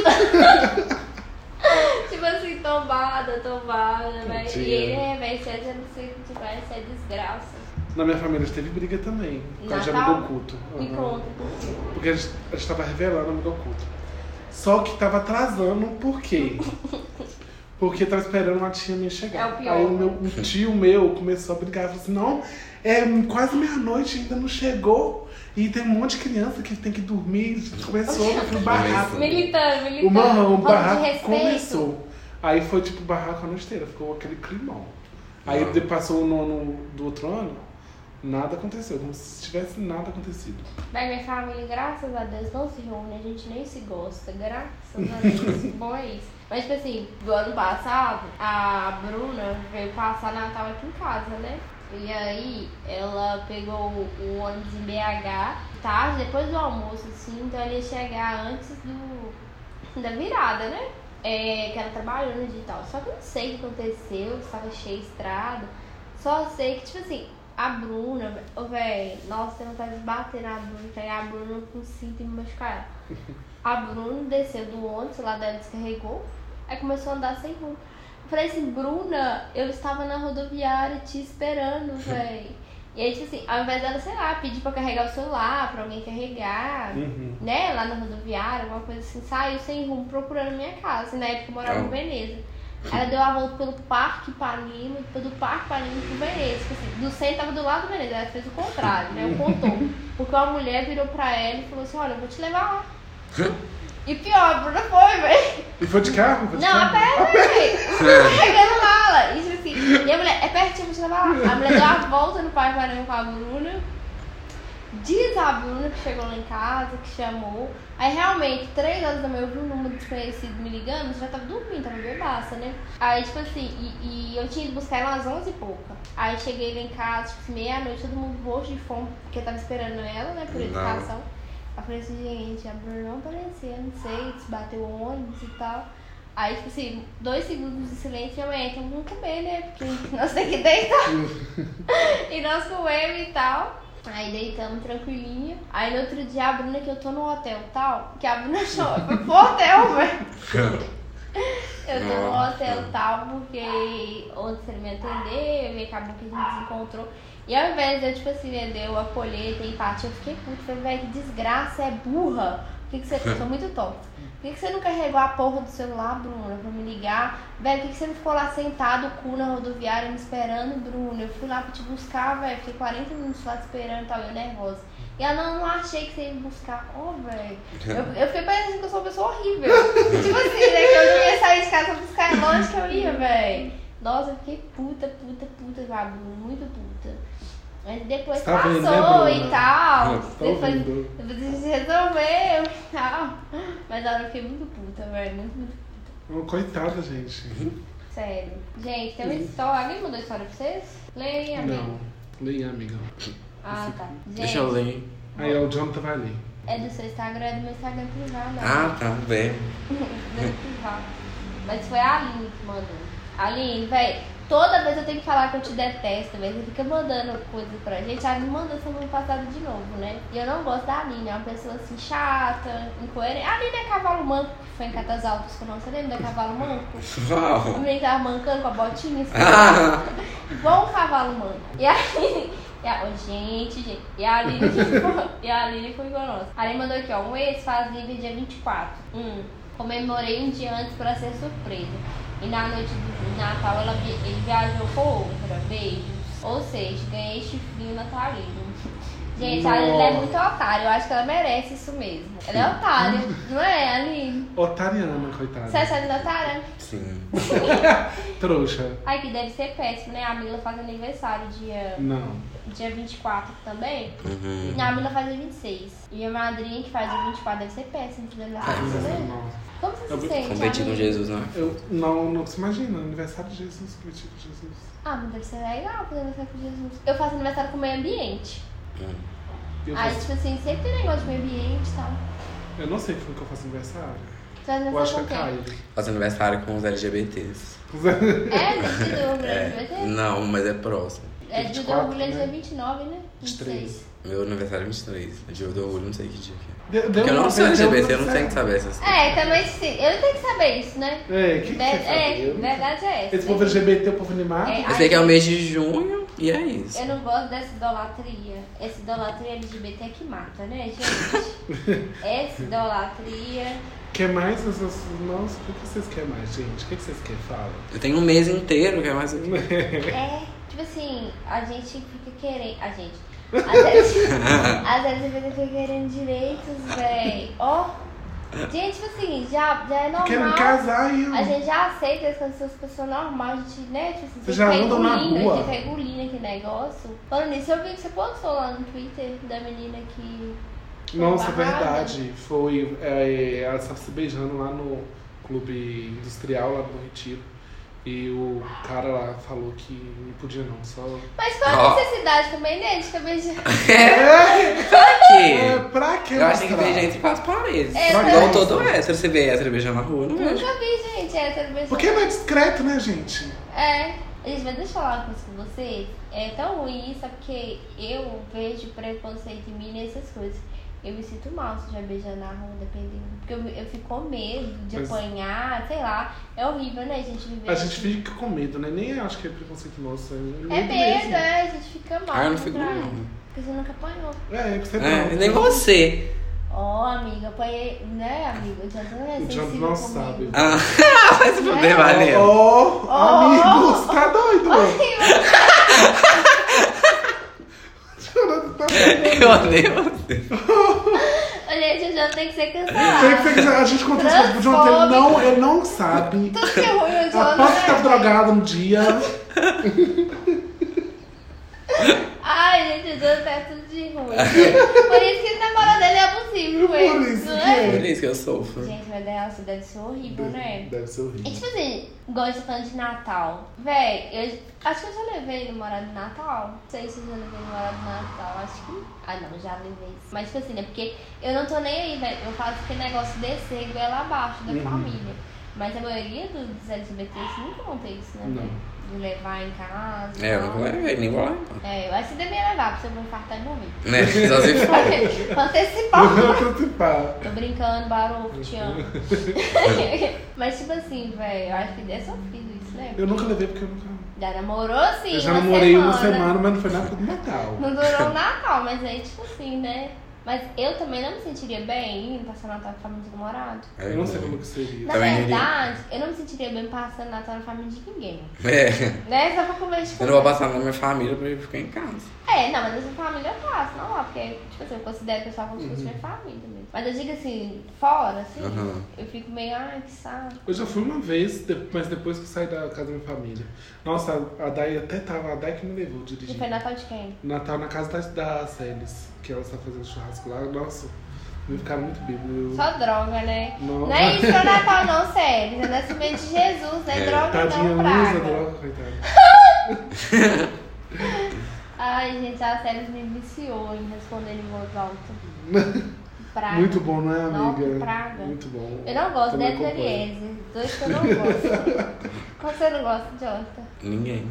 tipo assim, tombada, velho. E Mentira. ele, velho, você já não sei o que vai, isso é desgraça. Na minha família teve briga também. Por causa de Natal? amigo oculto. Me Aham. conta, por quê? Porque a gente tava revelando amigo oculto. Só que tava atrasando, por quê? Porque tava esperando uma tia minha chegar. É o pior. Aí um tio meu começou a brigar. Falou assim, não, é quase meia-noite, ainda não chegou. E tem um monte de criança que tem que dormir. Começou o barraco. Militando. O Falta de barraco respeito. começou. Aí foi tipo barraco a noite inteira, ficou aquele climão. Aí passou o ano do outro ano, nada aconteceu, como se tivesse nada acontecido. Mas minha família, graças a Deus, não se reúne, a gente nem se gosta, graças a Deus. Bom é isso. Mas, tipo assim, do ano passado, a Bruna veio passar Natal aqui em casa, né? E aí, ela pegou o ônibus em BH, tarde, depois do almoço, assim, então ela ia chegar antes da virada, né? Que ela trabalhou no digital. Só que eu não sei o que aconteceu, se estava cheia a estrada. Só sei que, tipo assim, a Bruna, velho, nossa, eu não tava bater na Bruna, pegar a Bruna com cinto e me machucar ela. A Bruna desceu do ônibus, lá dela descarregou, aí começou a andar sem rumo. Eu Falei assim, Bruna, eu estava na rodoviária te esperando, véi. E aí, tipo assim, ao invés dela, sei lá, pedir pra carregar o celular, pra alguém carregar, né, lá na rodoviária, alguma coisa assim, saiu sem rumo procurando a minha casa. E na época eu morava em Veneza. Ela deu a volta pelo Parque Ipanema, do Parque Ipanema pro Veneza. Tipo assim, do centro tava do lado do Veneza, ela fez o contrário, né, o contorno. Porque uma mulher virou pra ela e falou assim, olha, eu vou te levar lá. E pior, a Bruna foi, velho. E foi de carro? Não, a pé, velho. Pegando mala. E tipo assim, e a mulher, é pertinho, vou te levar lá. A mulher deu a volta no Parque Ipanema com a Bruna. Diz a Bruna que chegou lá em casa, que chamou. Aí realmente, 3 horas da manhã, eu vi um número desconhecido me ligando, já tava dormindo, tava bebaça, né? Aí, tipo assim, e eu tinha ido buscar ela às 11 e pouca. Aí cheguei lá em casa, tipo, meia-noite, todo mundo roxo de fome, porque eu tava esperando ela, né, por educação. Eu falei assim, gente, a Bruna não apareceu, não sei se bateu o ônibus e tal. Aí, tipo assim, 2 segundos de silêncio e amanhã, então vamos comer, né? Porque nós temos que deitar. E nós comemos e tal. Aí deitamos tranquilinha. Aí no outro dia a Bruna, que eu tô no hotel tal, que a Bruna achou, eu fui pro hotel, velho. Eu tô no hotel tal, porque ontem você me atendeu e acabou que a gente se encontrou. E ao invés de eu, tipo assim, vender o acolher, ter empatia, eu fiquei puta. Falei, velho, que desgraça, é burra. Por que você... Eu sou muito tonta. Por que você não carregou a porra do celular, Bruna, pra me ligar? Velho, por que você não ficou lá sentado, o cu na rodoviária, me esperando, Bruna? Eu fui lá pra te buscar, velho. Fiquei 40 minutos lá te esperando e tal, eu nervosa. E ela, não achei que você ia me buscar. Ó, velho. Eu fiquei parecendo que eu sou uma pessoa horrível. Tipo assim, né? Que eu não ia sair de casa pra buscar. Lógico que eu ia, velho. Nossa, eu fiquei puta, com a Bruna. Muito puta. Mas depois tá passou vendo, né, e tal. Tá Depois ouvindo. a gente resolveu e tal. Mas na hora eu fiquei muito puta, velho. Muito puta. Coitada, gente. Sério. Gente, tem uma história. Alguém mandou história pra vocês? Leia, amigo. Não. Leia, amiga. Ah, tá. Gente, Deixa eu ler. Aí o Jonathan vai ler. é do seu Instagram, é do meu Instagram privado. Ah, tá, bem. Do privado. Mas foi a Aline que mandou. Aline, velho, toda vez eu tenho que falar que eu te detesto, velho. Você fica mandando coisa pra gente. A Aline mandou semana passada de novo, né? E eu não gosto da Aline, é uma pessoa assim chata, incoerente. A Aline é cavalo manco, que foi em Catas Altas com o nosso. Você lembra da cavalo manco? Uau. O menino tava mancando com a botinha assim. Igual um cavalo manco. E a Aline. Gente. E a Aline foi igual a nossa. A Aline mandou aqui, ó. Um ex faz livre dia 24. Comemorei um dia antes pra ser surpresa. E na noite do Natal ele viajou com outra. Beijos. Ou seja, ganhei chifrinho natalino. Gente, a Aline é muito otária. Eu acho que ela merece isso mesmo. Ela é otária, não é, Aline? Otariana, coitada. Você acha ela otária? Sim. Trouxa. Ai, que deve ser péssimo, né? A Mila faz aniversário dia Não. 24 também. Uhum. A Mila faz dia 26. E a madrinha que faz dia 24 deve ser péssimo fazer aniversário, né? Não. Como você se sente, Competindo com amiga? Jesus, não é? Eu não se imagina, aniversário de Jesus, cometido de Jesus. Ah, mas deve ser legal fazer aniversário com Jesus. Eu faço aniversário com o meio ambiente. Eu, Aí, faço- tipo assim, sempre tem negócio de meio ambiente e tal. eu não sei como que eu faço aniversário. Você faz Eu acho que aniversário é com quem? Caio. Faço aniversário com os LGBTs. É, dia do orgulho LGBT? Não, mas é próximo. É dia do 24, orgulho é dia né? 29, né? 23. Meu aniversário é 23. É dia do orgulho, não sei que dia que é. Deu Porque eu não uma sou vez, deu LGBT, eu uma não tenho que saber essas coisas. É, também sim. Eu não tenho que saber isso, né? É, o que você sabe? Verdade é essa. Esse né? povo LGBT é o povo animado? É, Eu sei que é o mês de junho e é isso. Eu não gosto dessa idolatria. Essa idolatria LGBT é que mata, né, gente? Essa idolatria. Quer mais? Nossa, o que vocês querem mais, gente? O que vocês querem? Fala. Eu tenho um mês inteiro, que é mais o quê? É, tipo assim, a gente fica querendo. A gente. Às vezes fica querendo direitos, véi. Ó. Gente, tipo assim, já é normal. Querem casar e A gente já aceita isso quando as pessoas normais, a gente, né? Tipo assim, Vocês já andam na rua. A gente fica engolindo aquele negócio. Falando nisso, eu vi que você postou lá no Twitter da menina que. Nossa, é barrada. verdade. Foi. Ela estava se beijando lá no clube industrial, lá no Retiro. E o cara lá falou que não podia não, só. Mas qual a necessidade também, né? De ficar beijando. Que? Pra que Eu acho que tem que mostrar? beijar entre 4 paredes. É, Igual mas- todo hétero, você vê hétero beijando na rua, não vejo. Nunca vi, gente, hétero beijando. Porque não é discreto, né, gente? É. Gente, mas deixa eu falar uma coisa com vocês. É tão ruim isso, é porque eu vejo preconceito em mim nessas coisas. eu me sinto mal se estiver beijando na rua, dependendo. Porque eu fico com medo de Mas- apanhar, sei lá. É horrível, né, a gente viver A gente assim. fica com medo, né? Nem acho que é preconceito nosso. É medo medo, mesmo. a gente fica mal. Ah, eu não fico pra- não. Porque você nunca apanhou. É, você É, nem você. Ó, amiga, apanhei, né, amiga? O Jonathan não é O Jonathan sensível não comigo. sabe. Ah, vai se fuder, valeu. Ô, amigos, tá doido? Jonathan tá doido. Eu odeio você. Gente, o Jonathan tem que ser Tem cancelado. que ser, a gente conta as coisas pro Jonathan, ele não sabe. Tudo que é ruim, o Jonathan Aposto que tá é. drogado um dia. Ai, gente, o Jonathan é tudo de ruim. Por isso que o namorado dele é abusivo, Por velho. isso Não que é? Por isso que eu sofro. Gente, mas relação deve ser horrível, né? Deve ser E horrível. tipo assim, gosto de falando de Natal. Véi, eu acho que eu já levei namorado de Natal. Não sei se eu já levei namorado de Natal, acho que. Ah não, já levei. Mas tipo assim, né? Porque eu não tô nem aí, velho. Eu faço aquele negócio de descer goela abaixo da família. Mas a maioria dos LGBTs nunca vão ter isso, né? Não. velho? De levar em casa. É, eu tal. não vou levar, nem vou lá. É, eu acho que devia levar, porque eu vou infartar e morrer. Né? Só se for. Antecipar. Antecipar. Tô brincando, Barulho, te amo. Mas tipo assim, velho, eu acho que é sofrido isso, né? Eu nunca levei porque eu nunca. Já namorou sim. Eu já namorei uma semana, mas não foi na época do Natal. Não durou o Natal, mas aí tipo assim, né? Mas eu também não me sentiria bem indo passar Natal com a família de namorado. Eu não sei como que seria. Na Também verdade, eu não me sentiria bem passando Natal na família de ninguém. É. Né? Só pra comer de Eu não vou passar na minha família pra eu ficar em casa. É, não, mas essa família eu passo, não lá, porque, tipo assim, eu considero o pessoal como se fosse minha família mesmo. Mas eu digo assim, fora, assim, Uhum. eu fico meio, ai, que saco. Eu já fui uma vez, mas depois que eu saí da casa da minha família. Nossa, a Dai até tava, a Dai que me levou E dirigindo. foi Natal de quem? Natal na casa da Célis, que ela está fazendo churrasco lá. Nossa, me ficaram muito bêbados. Só droga, né? Não. Não é isso pro Natal não, sério. É nascimento de Jesus, não é droga Tadinha, não, não praga. usa droga, coitada. Ai, gente, a Célia me viciou em responder em voz alta. Praga. Muito bom, não é, Não, amiga? que praga. Muito bom. Eu não gosto Também dele acompanho. Eliezer. Dois que eu não gosto. Qual você não gosta, Jota? Ninguém.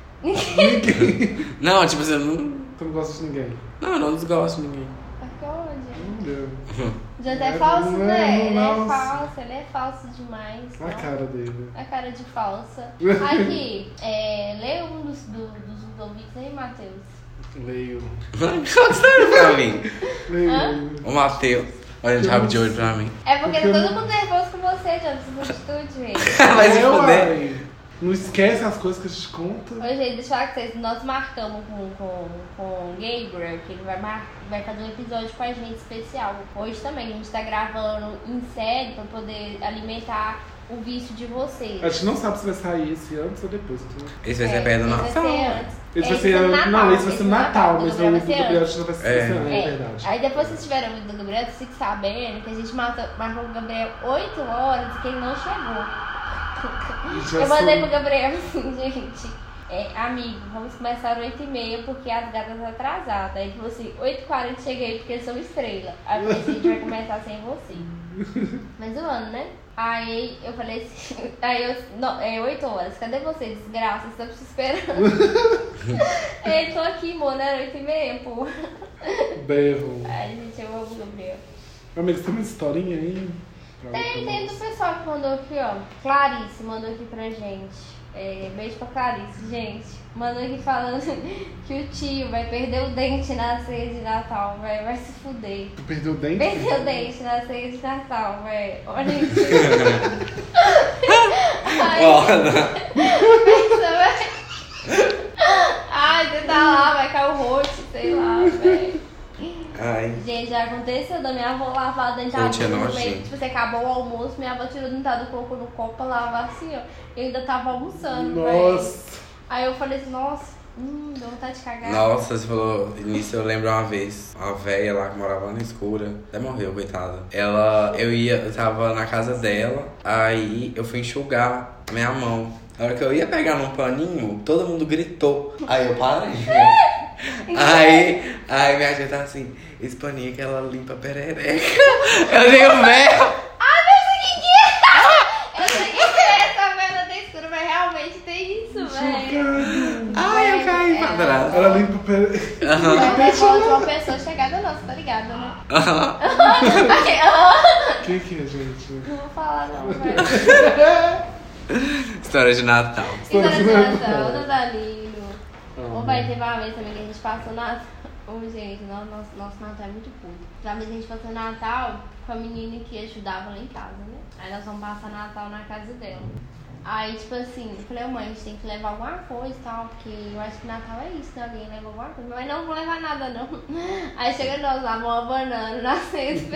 Não, tipo assim, eu não. Tu não gosta de ninguém? Não, eu não desgosto de ninguém. Ai, que ódio. Não. Jota é É, falso, não é, né? Ele é nossa. falso, ele é falso demais. A não. cara dele. A cara de falsa. Aqui, lê um dos ouvintes aí, Matheus. Leio. Qual que você tá pra mim? Leio. Hã? O Matheus. Olha de rabo de olho pra mim. É porque Porque tá eu todo mundo nervoso com você, Jota. Precisa de atitude, velho. Vai se Eu, fuder. ai, não esquece as coisas que a gente conta. Ô, gente, deixa eu falar com vocês. Nós marcamos com o Gabriel, que ele vai fazer um episódio com a gente especial. Hoje também, a gente tá gravando em série pra poder alimentar o vício de vocês. A gente não sabe se vai sair esse antes ou depois. Então. Esse vai ser perto do esse Natal. vai ser antes. Esse vai Esse ser. é Natal, Não, esse vai ser esse no Natal, Natal, mas o o Gabriel do vai ser Gabriel antes. já vai ser É. esse ano, é verdade. Aí depois que vocês tiveram o do Gabriel, vocês fiquem sabendo que a gente marcou o Gabriel 8 horas e que ele não chegou. Já Eu mandei sou- pro Gabriel assim, gente. Amigo, vamos começar 8h30 porque as gatas estão atrasadas. Aí ele falou assim, 8h40 cheguei porque eles são estrela. Aí eu falei assim, a gente vai começar sem você. Mas zoando, né? Aí eu falei assim, não, 8 horas, cadê você, desgraça? Estamos te esperando. Ele, tô aqui, mano, era 8h30, pô. Berro. Ai, gente, eu amo o Gabriel. Amigo, tem uma historinha aí? Tem do pessoal que mandou aqui, ó. Clarice mandou aqui pra gente. Beijo pra Clarice, gente. Mandou aqui falando que o tio vai perder o dente na ceia de Natal, velho. Vai se fuder. Tu perdeu o dente? Perdeu o dente na ceia de Natal, velho. Olha isso. Ai, pensa, velho. Ai, você tá lá, vai cair o rosto, sei lá, velho. Ai. Gente, já aconteceu da minha avó lavar a Pô, dentadura tia, no meio. nojento. Tipo, você acabou o almoço, minha avó tirou a dentadura, colocou no copo pra lavar assim, ó. Eu ainda tava almoçando, velho. Nossa. Aí eu falei assim, nossa, deu vontade de cagar. Nossa, você falou nisso, eu lembro uma vez, uma véia lá que morava na escura, até morreu, coitada. Eu tava na casa dela, aí eu fui enxugar a minha mão. Na hora que eu ia pegar num paninho, todo mundo gritou. Aí eu parei. Aí minha tia tá assim, esse paninho que ela limpa a perereca. Eu digo, velho. Eu sei que essa merda tem escuro, mas realmente tem isso, velho. Ai, eu caí pra trás. Ela limpa o pé. Mas é igual de uma pessoa chegada nossa, tá ligado, né? O que é, gente? Não vou falar não, velho. História de Natal. História de Natal, Natalino. Ô, pai, teve uma vez também que a gente passou Natal. Ô, gente, nosso Natal é muito puto. Uma vez a gente passou Natal com a menina que ajudava lá em casa, né? Aí nós vamos passar Natal na casa dela. Aí, tipo assim, eu falei, mãe, a gente tem que levar alguma coisa e tal, porque eu acho que Natal é isso, né? Alguém leva alguma coisa. Mas não vou levar nada, não. Aí chega nós lá, uma banana na cesta.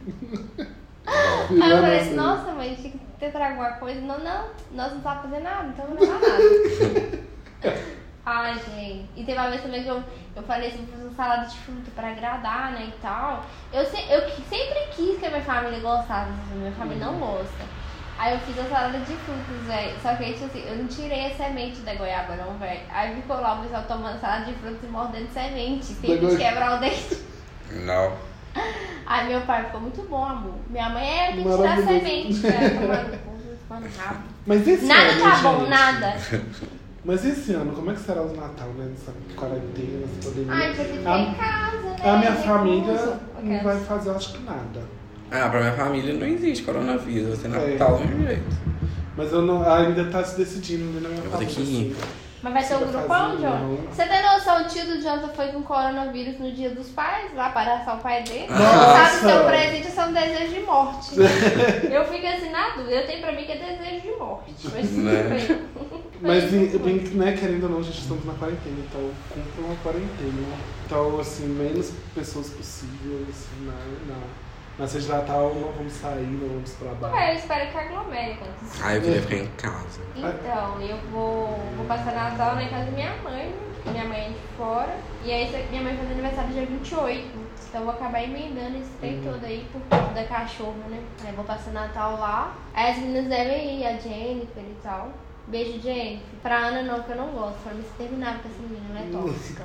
Aí eu falei assim, nossa, mãe, a gente tinha que ter trago alguma coisa. Não, nós não sabemos fazer nada, então não vou levar nada. Ai, gente. E teve uma vez também que eu falei assim, vou fazer uma salada de fruta pra agradar, né, e tal. Eu sempre quis que a minha família gostasse, assim, minha família não gosta. Aí eu fiz a salada de frutas, velho. Só que, tipo assim, eu não tirei a semente da goiaba, não, velho. Aí ficou lá o pessoal tomando salada de frutas e mordendo semente. Sem de quebrar o dente. Não. Aí meu pai ficou muito bom, amor. Minha mãe tem que tirar a semente, velho. Tomando rabo. Mas esse Nada ano, tá bom, gente, nada. Mas esse ano, como é que será o Natal, né? Nessa quarentena, nessa pandemia? Ai, tinha que ficar em casa, né? A minha Recurso. família não vai fazer, eu acho que nada. Ah, pra minha família não existe coronavírus. Vai ser Natal do mesmo jeito. Mas eu não, ainda tá se decidindo né, na minha Eu vou ter família. que ir. Assim. Mas vai ser um Vai grupão, fazer, John? não. Você tem noção, o tio do Jonathan foi com coronavírus no dia dos pais, lá para abraçar o pai dele? Nossa! Sabe, seu presente é só um desejo de morte. Eu fico assim na dúvida, eu tenho pra mim que é desejo de morte. Mas Né? Mas, né, querendo ou não, a gente estamos na quarentena, então cumpra uma quarentena. Então, assim, menos pessoas possível, assim, na ceia de Natal não vamos sair, não vamos pra baixo. eu espero que aglomere. Ah, eu queria ficar em casa. Então, eu vou passar Natal na casa da minha mãe, minha mãe é de fora. E aí minha mãe faz aniversário dia 28. Então eu vou acabar emendando esse tempo todo aí por conta da cachorra, né? Aí eu vou passar Natal lá. Aí as meninas devem ir, a Jennifer e tal. Beijo, Jennifer. Pra Ana não, porque eu não gosto. Pra mim se terminar com essa menina, ela é tóxica.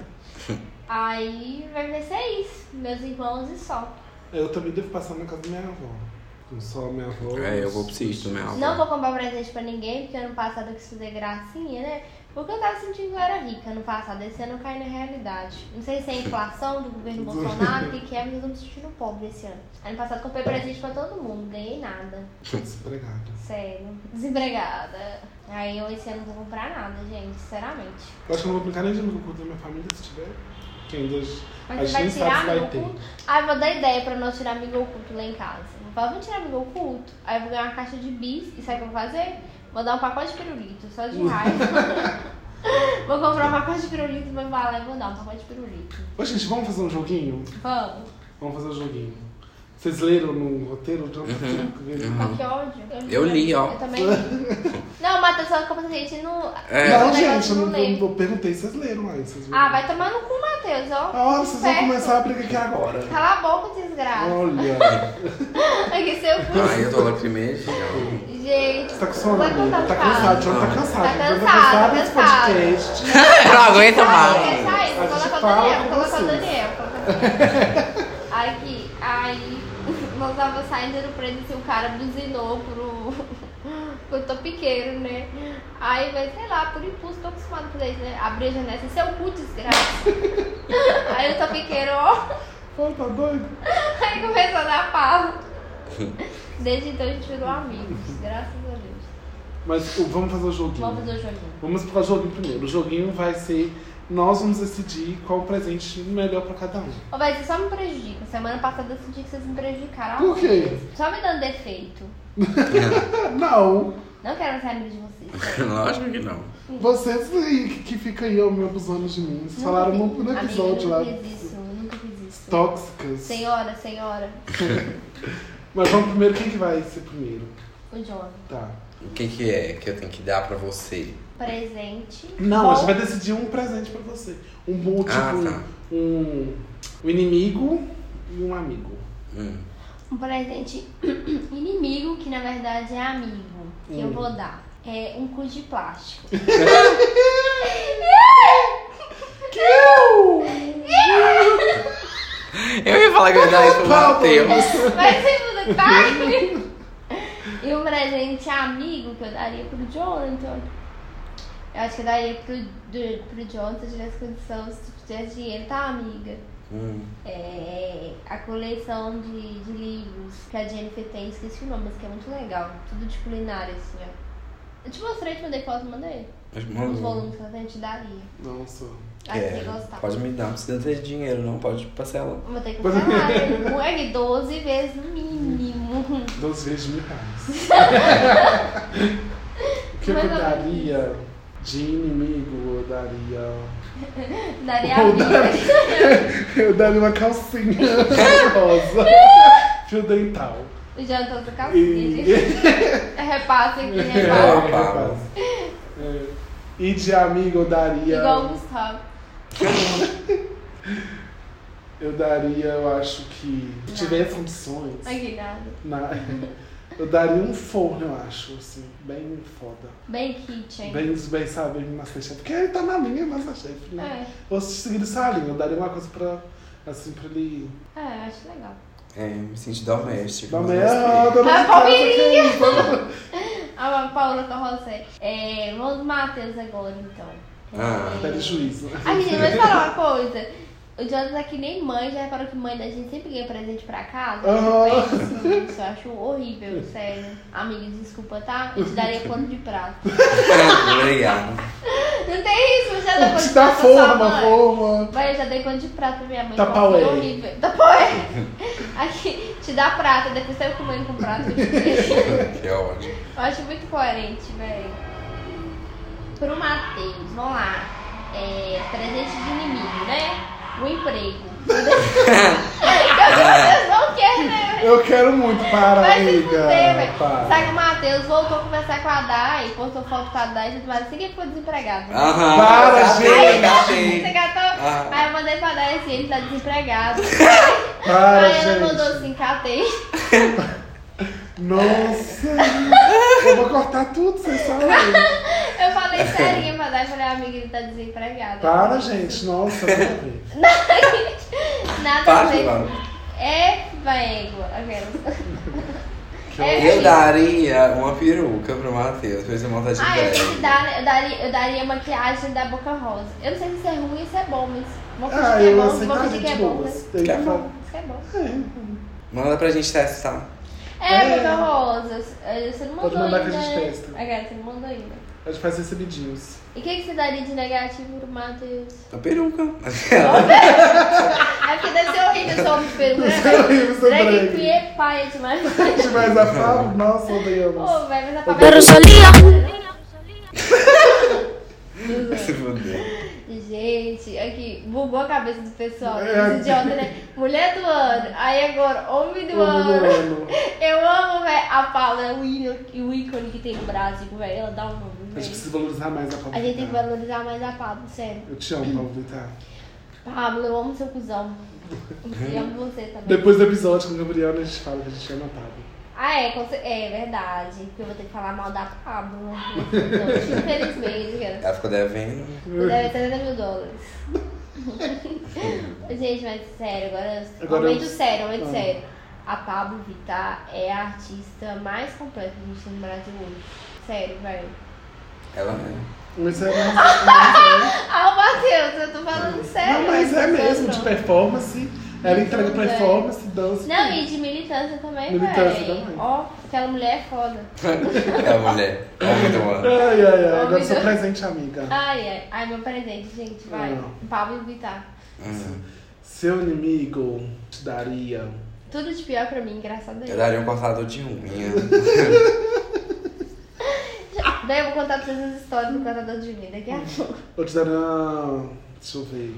Aí vai ser isso. Meus irmãos e só. Eu também devo passar na casa da minha avó. Não só a minha avó. É, eu vou pro sítio da minha avó. Não vou comprar presente pra ninguém, porque ano passado eu quis fazer gracinha, né? Porque eu tava sentindo que eu era rica ano passado, esse ano eu caí na realidade. Não sei se é a inflação do governo Bolsonaro, o que é, mas eu tô me sentindo pobre esse ano. Ano passado comprei presente pra todo mundo, ganhei nada. Desempregada. Sério, desempregada. Aí eu esse ano não vou comprar nada, gente, sinceramente. Eu acho que eu não vou brincar nem de amigo culto da minha família, se tiver. Que ainda Mas a você gente vai nem sabe tirar se vai amigo ter. oculto? Ah, eu vou dar ideia pra nós tirar amigo oculto lá em casa. Vou falar, vamos tirar amigo oculto? Aí eu vou ganhar uma caixa de bis, e sabe o que eu vou fazer? Vou dar um pacote de pirulito, só de raiva. Vou comprar um pacote de pirulito e vou lá e vou dar um pacote de pirulito. Ô, gente, vamos fazer um joguinho? Vamos. Vamos fazer um joguinho. Vocês leram no roteiro? Que ódio. Eu li, ó. Eu também li. Não, Matheus, só que a gente não... É. Não, o gente, negócio eu lê. não perguntei se vocês leram aí. Vocês viram? Ah, vai tomar no cu, Matheus, ó. Ah, vocês vão Esperto. começar a briga aqui agora. Cala a boca, desgraça. Olha. Aqui seu cu. Ai, eu tô lá primeiro. Gente, Você tá com sono, vai amigo? contar Tá o caso. cansado, John tá cansado. Tá John cansado, desse cansado. podcast. Eu não aguento Sai, mais. sai, A coloca gente o fala Daniel, com coloca o vocês. Daniel, coloca o Daniel. Aí, nós tava saindo do prédio e o cara buzinou pro topiqueiro, né? Aí, vai, sei lá, por impulso, tô acostumado a fazer isso, né? Abrir a janela, seu cu, desgraça. Aí o topiqueiro, ó, Ai, tá doido? aí começou a dar pau. Desde então a gente virou amigos, graças a Deus. Mas vamos fazer o joguinho. Vamos fazer o joguinho. Vamos para o joguinho primeiro. O joguinho vai ser... Nós vamos decidir qual o presente melhor pra cada um. Ô, véi, você só me prejudica. Semana passada eu senti que vocês me prejudicaram. Por quê? Só me dando defeito. Não. Não quero ser amiga de vocês. sério. Lógico que não. Vocês aí que ficam aí, ó, me abusando de mim. Vocês falaram no episódio lá. Amiga, eu nunca fiz isso, eu nunca fiz isso. Tóxicas. Senhora. Mas vamos primeiro, quem que vai ser primeiro? O John. Tá. O que é que eu tenho que dar pra você? Presente. Não, bom. a gente vai decidir um presente pra você. Um bom, tipo, tá. um inimigo e um amigo. Um presente inimigo, que na verdade é amigo, que eu vou dar. É um cu de plástico. Eu ia falar que eu ia dar isso pro Matheus. Vai ser tudo tarde. E um presente amigo que eu daria pro Jonathan. Eu acho que eu daria pro Jonathan se tivesse condição, se tivesse dinheiro, tá, amiga? a coleção de livros que a Jennifer tem, esqueci o nome, mas que é muito legal. Tudo de culinária, assim, ó. Eu te mostrei, te mandei foto, mandei. Os volumes que ela tem, eu te daria. Nossa. Acho que você gostar. Pode me dar, não precisa ter dinheiro, não. Pode parcelar. Vou ter que parcelar. É 12 vezes no mínimo. 12 vezes R$1.000. O que eu daria de inimigo? Eu daria. Daria a vida. Eu daria uma calcinha rosa. Fio dental. Já tô com calcinha, gente. Repasse aqui, repasse. E de amigo eu daria. Igual o Gustavo. Eu daria, eu acho que. Se tivesse condições. Aqui, nada. Eu daria um forno, eu acho, assim, bem foda. Bem kitchen. Bem, sabe, bem Masterchef. Porque ele tá na linha Masterchef, né? Vou seguir essa linha, eu daria uma coisa pra, assim, pra ele... eu acho legal. Me senti doméstico. A Palmeirinha! A Paula Carrocé. Vamos Matheus agora, então. Pede juízo. Ai, gente, vou te falar uma coisa. O Jonas é que nem mãe, já reparou que mãe da gente sempre ganha presente pra casa? Isso eu acho horrível, sério. Amiga, desculpa, tá? Eu te daria pano de prato. Obrigado. Não tem isso, já dá pano de Te dá prato pra sua mãe. forma. Vai, eu já dei pano de prato pra minha mãe. Tapaué. Horrível. Tapaué. Aqui, te dá prata, depois você vai comendo com prato. Que ódio. Eu acho muito coerente, velho. Pro Matheus, vamos lá. Presente de inimigo, né? O emprego. Vocês não querem, né? Eu quero muito, para, Vai se amiga. fuder, velho. Para. Sabe que o Matheus voltou a conversar com a Dai, postou foto com a Dai e tudo mais. Assim que ele ficou desempregado. Né? Para, gente. Você catou? Aí eu mandei pra Dai assim, ele tá desempregado. Para, Aí ela gente. mandou assim, catei. Nossa. Eu vou cortar tudo, vocês sabem. Eu falei serinha pra Dai, falei, amiga, ele tá desempregado. Para, gente. Nossa, nada a ver. Nada a ver. Velho. Eu daria uma peruca pro Matheus, pra ele montar de eu daria maquiagem da Boca Rosa. Eu não sei se isso é ruim ou se é bom, mas vou fingir que é eu bom. Vou aceitaria fingir que é de bom, boas. né? Que é bom. Isso é bom. Manda pra gente testar. Boca Rosa. Você não mandou Pode mandar ainda. que a gente testa. Você não mandou ainda. A gente faz recebidinhos. E o que você daria de negativo pro Matheus? A peruca. É porque deve ser horrível esse homem de peruca, né? Deve ser horrível esse Drag drag. queen é paia demais. Mas a Fábio, nossa, odiamos. Pô, velho, mas a Fábio... Pero solía. Se fuder. Gente, aqui, bugou a cabeça do pessoal. Esse idiota, né? Mulher do ano, aí agora, homem do ano. Eu amo, velho, a Paula, o ícone que tem no Brasil, velho. Ela dá um nome, A gente velho. precisa valorizar mais a Pablo. A gente tem que valorizar mais a Pablo, sério. Eu te amo, Pablo Vittar. Pablo, eu amo seu cuzão. Eu amo você também. Depois do episódio com o Gabriel, a gente fala que a gente ama a Pablo. É verdade. Porque eu vou ter que falar mal da Pablo, né? Infelizmente, cara. Ela ficou devendo. Deve ter $30 mil. Gente, mas sério, agora momento sério. A Pablo Vittar é a artista mais completa que a gente tem no Brasil hoje. Sério, velho. Ela é. Mas é Ah, o Matheus, eu tô falando sério. Não, mas é mesmo, não. de performance. Ela entrega performance, dança. Não, e de militância também, velho. Militância também. Ó, aquela mulher é foda. É a mulher. Homem do ano. Ai, agora Homem seu do- presente, amiga. Ai, meu presente, gente, vai. Pablo Vittar. Seu inimigo te daria. Tudo de pior pra mim, graças a Deus. Eu daria um cortador de unha. Daí eu vou contar pra vocês as histórias do cortador de unha daqui a pouco. Eu te daria. Deixa eu ver.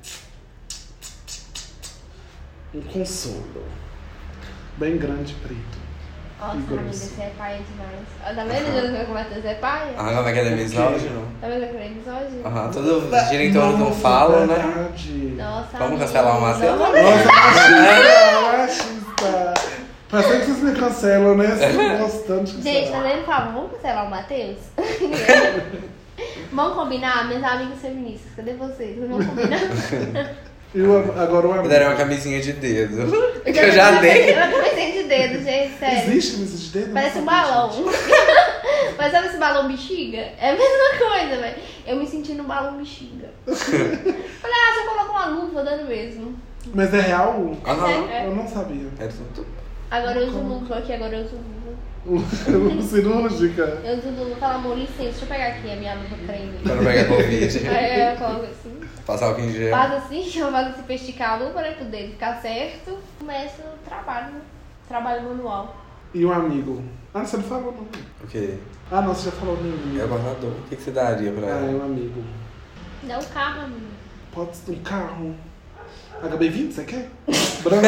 Um consolo. Bem grande, preto. Nossa, E amiga, grosso. você é paia demais. Ó, tá vendo, Júlio, como você é paia? Como é que é misógino? Tá vendo aquele episódio? Tudo gira em torno do falo, né? Verdade. Nossa, Vamos amiga, cancelar o Matheus? não. Nossa, machista! Pra sempre que vocês me cancelam, né? Vocês estão gostando de Gente, cancelar. fazendo favor, vamos cancelar o Matheus? Vamos combinar? Minhas amigas feministas, cadê vocês? Vocês vão combinar? E agora o Eu amigo. daria uma camisinha de dedo. Que eu já dei. Eu comecei de dedo, gente, sério. Existe camisa de dedo? Parece um Não sabia, balão. gente. Mas sabe esse balão bexiga? É a mesma coisa, velho. Eu me senti no balão bexiga. Falei, se eu coloco uma luva, dando mesmo. Mas é real? Aham. É. Eu não sabia. É tudo. Agora eu uso luva aqui, agora eu uso luva. Cirúrgica. Eu uso luva, fala, amor, licença, deixa eu pegar aqui a minha luva creme. Pra não pegar Covid. Aí eu coloco assim. Passar álcool em gel. Faz assim, eu faço assim pra esticar a luva, né, pro dedo ficar certo. Começo o trabalho, né? Trabalho manual. E um amigo? Ah, você não falou não. O quê? Ah, não, você já falou nenhum. É o guardador. O que você daria pra Ah, é ela? um amigo. Dá um carro, amigo. Pode ser um carro. HB20, você quer? Branco.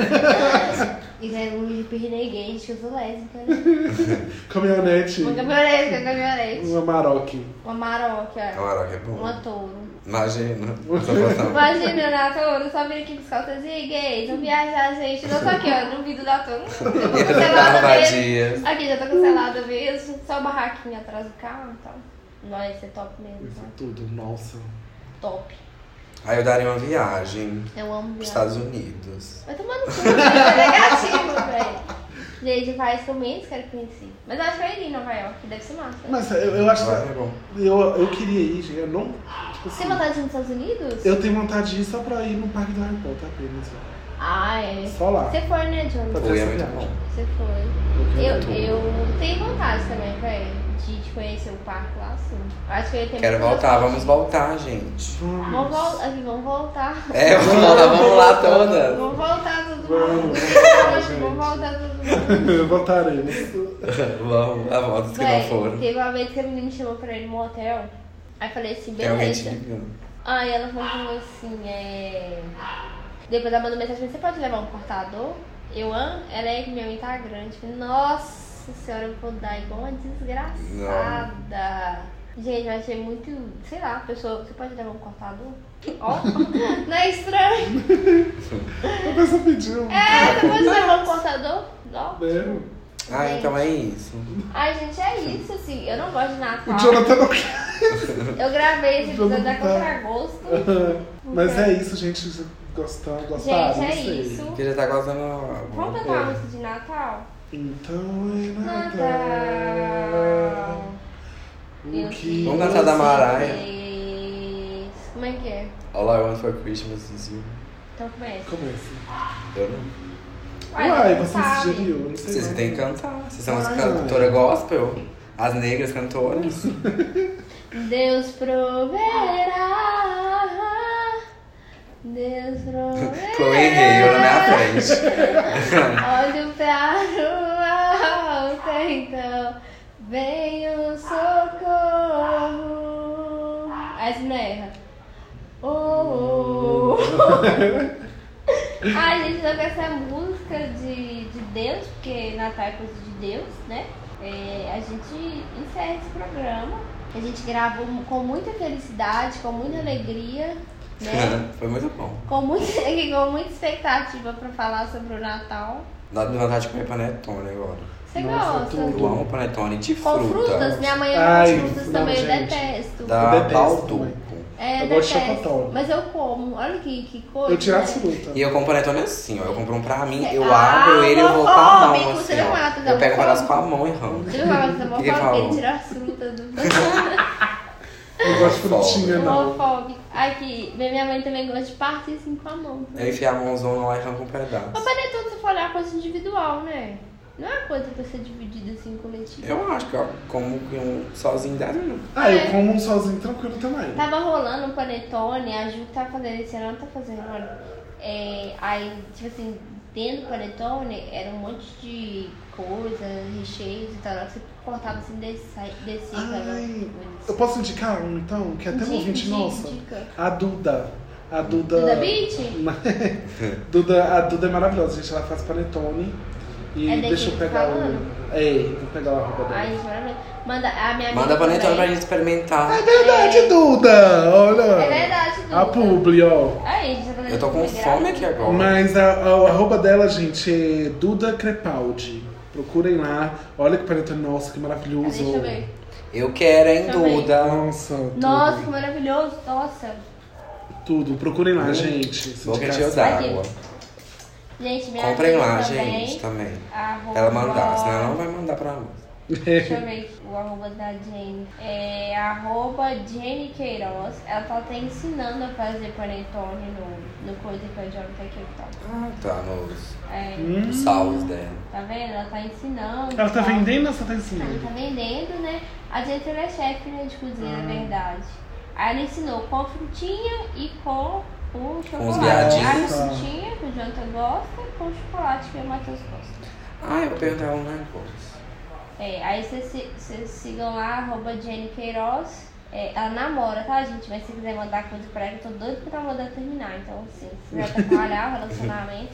E daí um hippie gay, que eu sou lésbica, né? Caminhonete. Uma caminhonete. Uma Maroc. Uma Maroc, A ó. Maroc é bom. Uma touro. Imagina. Só botando. Imagina, na touro, só vir aqui buscar o e gays, não viajar, gente. Eu tô aqui, ó, no vidro da touro. Eu tô cancelada mesmo. Aqui, já tô cancelada mesmo. Só barraquinha atrás do carro, então. Vai ser top mesmo, Isso tá? tudo, nossa. Top. Aí eu daria uma viagem Eu amo pros viagem. Estados Unidos. Vai tomando cu, é negativo, velho. Gente, faz que eu menos quero conhecer. Mas eu acho que eu iria em Nova York, deve ser massa. Mas eu acho Vai, é bom. que eu queria ir, gente. Eu não. Tipo Você tem vontade de ir nos Estados Unidos? Eu tenho vontade de ir só pra ir no parque do Harry Potter apenas. Ah, é. Só lá. Você foi, né, Johnny? Tá. Oi, é muito bom. Você foi. Eu Eu quero tenho vontade também, velho, de conhecer o parque lá, assim. Acho que eu ia ter Quero muita voltar, vontade. vamos voltar, gente. Vamos voltar. É, vamos voltar, vamos lá todas. Vamos voltar todo Vamos, mundo. gente. Vamos voltar todo mundo. Voltaremos. Vamos, a volta que não Véi, foram. teve uma vez que a menina me chamou pra ir no motel. Aí eu falei assim, Tem alguém te beleza. ligando. Aí ela falou assim, depois ela mandou mensagem, você pode levar um cortador? Ela é que minha mãe tá grande. Falei, nossa senhora, eu vou dar igual uma desgraçada. Gente, eu achei muito, sei lá, pessoa, você pode levar um cortador? Ó, não é estranho? A pessoa pediu. Você pode levar um cortador? Não. Né? Ah, então é isso. Ai, gente, é isso, assim, eu não gosto de Natal. O Jonathan não Eu gravei esse episódio da Jonathan. Contragosto. Mas é isso, gente. Gostaram? Gente, Não é sei. isso. Porque já tá gostando. Vamos cantar uma música de Natal? Então é Natal. Natal. O que Vamos cantar da Mariah. Como é que é? All I Want for Christmas is You. Então começa. Começa. Eu não. Uai, você sabe. sugeriu, eu não sei. Vocês não. têm que cantar. Vocês são as Ai, cantoras gospel. As negras cantoras. Deus proverá. Deus proverá. Chloe Hale na minha frente. Olho pra o alto, então vem o socorro. Aí você não erra. Oh. Ai, gente, não essa é música de Deus, porque Natal é coisa de Deus, né? A gente encerra esse programa. A gente gravou com muita felicidade, com muita alegria, né? Foi muito bom. com muita expectativa pra falar sobre o Natal. Dá vontade de comer panetone agora. Você Nossa, gosta? tudo. Eu amo panetone de Com fruta. frutas? Minha mãe Ai, ama frutas não, também, eu gente. detesto. Da Eu detesto Balduco. também. Eu Eu gosto de detesto. chocotone. Mas eu como. Olha que coisa. Eu tiro a né? fruta. E eu compro panetone assim, ó. Eu compro um pra mim, eu Ah, abro ele e eu vou com a mão homofóbico, assim, você não ó. mata, Eu pego um pedaço com a homofóbico. mão e ramo. Você não vai fazer Que homofóbico, ele falou? tira as frutas do... Eu gosto de frutinha, não. Homofóbico. Aqui, minha mãe também gosta de partir assim com a mão. Eu enfio a mãozona lá e arranco um pedaço. Mas panetone, se for olhar, é coisa individual, né? Não é coisa pra ser dividida assim em coletivo. Eu acho que eu como que um sozinho dá não. Ah, eu como um sozinho tranquilo também. Tava rolando um panetone, a Ju tá fazendo esse ano, tá fazendo agora. Aí, tipo assim, dentro do panetone era um monte de coisa, recheios e tal. Você cortava assim, descia Ai, eu posso indicar um então? Que é até um ouvinte nossa. Dica. A Duda. A Duda. Duda Beat? A Duda é maravilhosa, gente. Ela faz panetone. E É daqui deixa eu que pegar tá o. falando? Vou pegar o arroba dela. Ai, gente, maravilhoso. Manda a minha amiga. Manda panetone também. pra gente experimentar. É verdade, Duda! Olha! É verdade, Duda. A publi, ó. Aí, gente, tá fazendo Eu tô com publi fome aqui agora. Mas o arroba dela, gente, é Duda Crepaldi. Procurem lá. Olha que panetone, nossa, que maravilhoso. Deixa eu ver. Eu quero, hein, Também. Duda. Nossa, tudo. Nossa, que maravilhoso. Nossa. Tudo. Procurem lá, gente. Boca Indicação. cheia d'água. Gente, minha Comprem amiga lá, também, gente, também. arroba- Pra ela mandar, senão ela não vai mandar pra nós. Deixa eu ver o arroba da Jenny. É arroba Jenny Queiroz. Ela tá até ensinando a fazer panetone no coisa que a Jonathan aqui tá. Ah, tá, nos salves dela. Tá vendo? Ela tá ensinando. Ela tá vendendo ou só tá Ela ensinando? tá vendendo, né? A Jenny ela é chefe, né, de cozinha, na verdade. Aí ela ensinou com frutinha e com o chocolate. viadinhos. A frutinha, que o Jonathan gosta, e com o chocolate, que o Matheus gosta. Ah, eu vou perguntar um negócio. Aí vocês sigam lá, arroba Jenny Queiroz. Ela namora, tá, gente? Mas se quiser mandar coisa pra ela, eu tô doida pra ela mandar terminar. Então, assim, se quiser atrapalhar o relacionamento,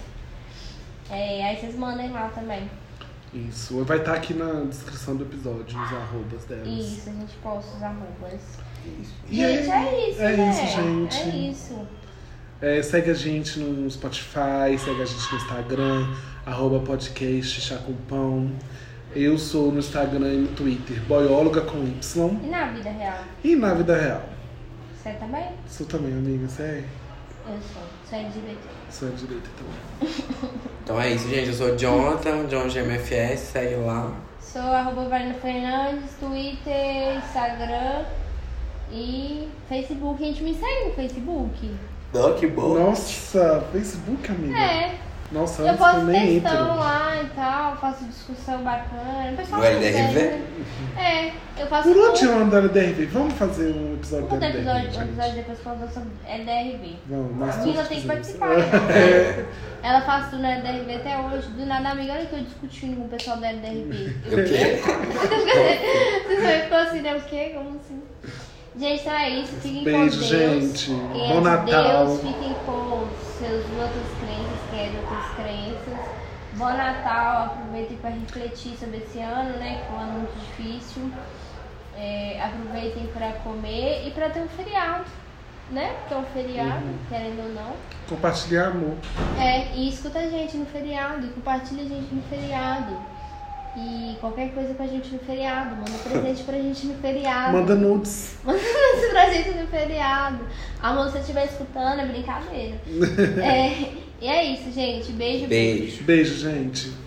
aí vocês mandem lá também. Isso, vai estar aqui na descrição do episódio, os arrobas delas. Isso, a gente posta os arrobas. E Gente, é isso, é né? isso, gente. É isso. Segue a gente no Spotify, segue a gente no Instagram, @podcast Chá com Pão. Eu sou no Instagram e no Twitter, boióloga com Y. E na vida real? E na vida real? Você também? Sou também, amiga, você é? Eu sou. Sou LGBT. Sou de direita também. Então é isso, gente. Eu sou Jonathan, JohnGMFS, segue lá. Sou arroba Varina Fernandes, Twitter, Instagram e Facebook. A gente me segue no Facebook? Oh, que bom. Nossa, Facebook, amiga. Nossa, Eu antes que eu posto nem textão entro. lá e tal, faço discussão bacana. O pessoal No me LDRV? segue, né? Eu faço Por onde eu ando da LDRV? Vamos fazer um episódio da um LDRV, episódio gente. depois falando sobre LDRV. Vamos, nós A amiga todos tem que fizemos. participar. Né? Ela faz tudo na LDRV até hoje. Do nada, amiga, olha que eu discutindo com o pessoal da LDRV. O quê? Você ficou assim, né? O quê? Como assim? Gente, então é isso. Fiquem Beijo, com Deus. gente. E Bom Natal. Deus, fiquem com seus outras crenças, que é de outras crenças. Bom Natal. Aproveitem para refletir sobre esse ano, né? Que foi um ano muito difícil. Aproveitem para comer e para ter um feriado, né? Porque é um feriado, querendo ou não. Compartilhar amor. E escuta a gente no feriado, e compartilha a gente no feriado. E qualquer coisa com a gente no feriado, manda presente pra gente no feriado. Manda nudes. Manda nudes pra gente no feriado. Amor, se você estiver escutando, é brincadeira. E é isso, gente. Beijo. Beijo. Beijo, gente.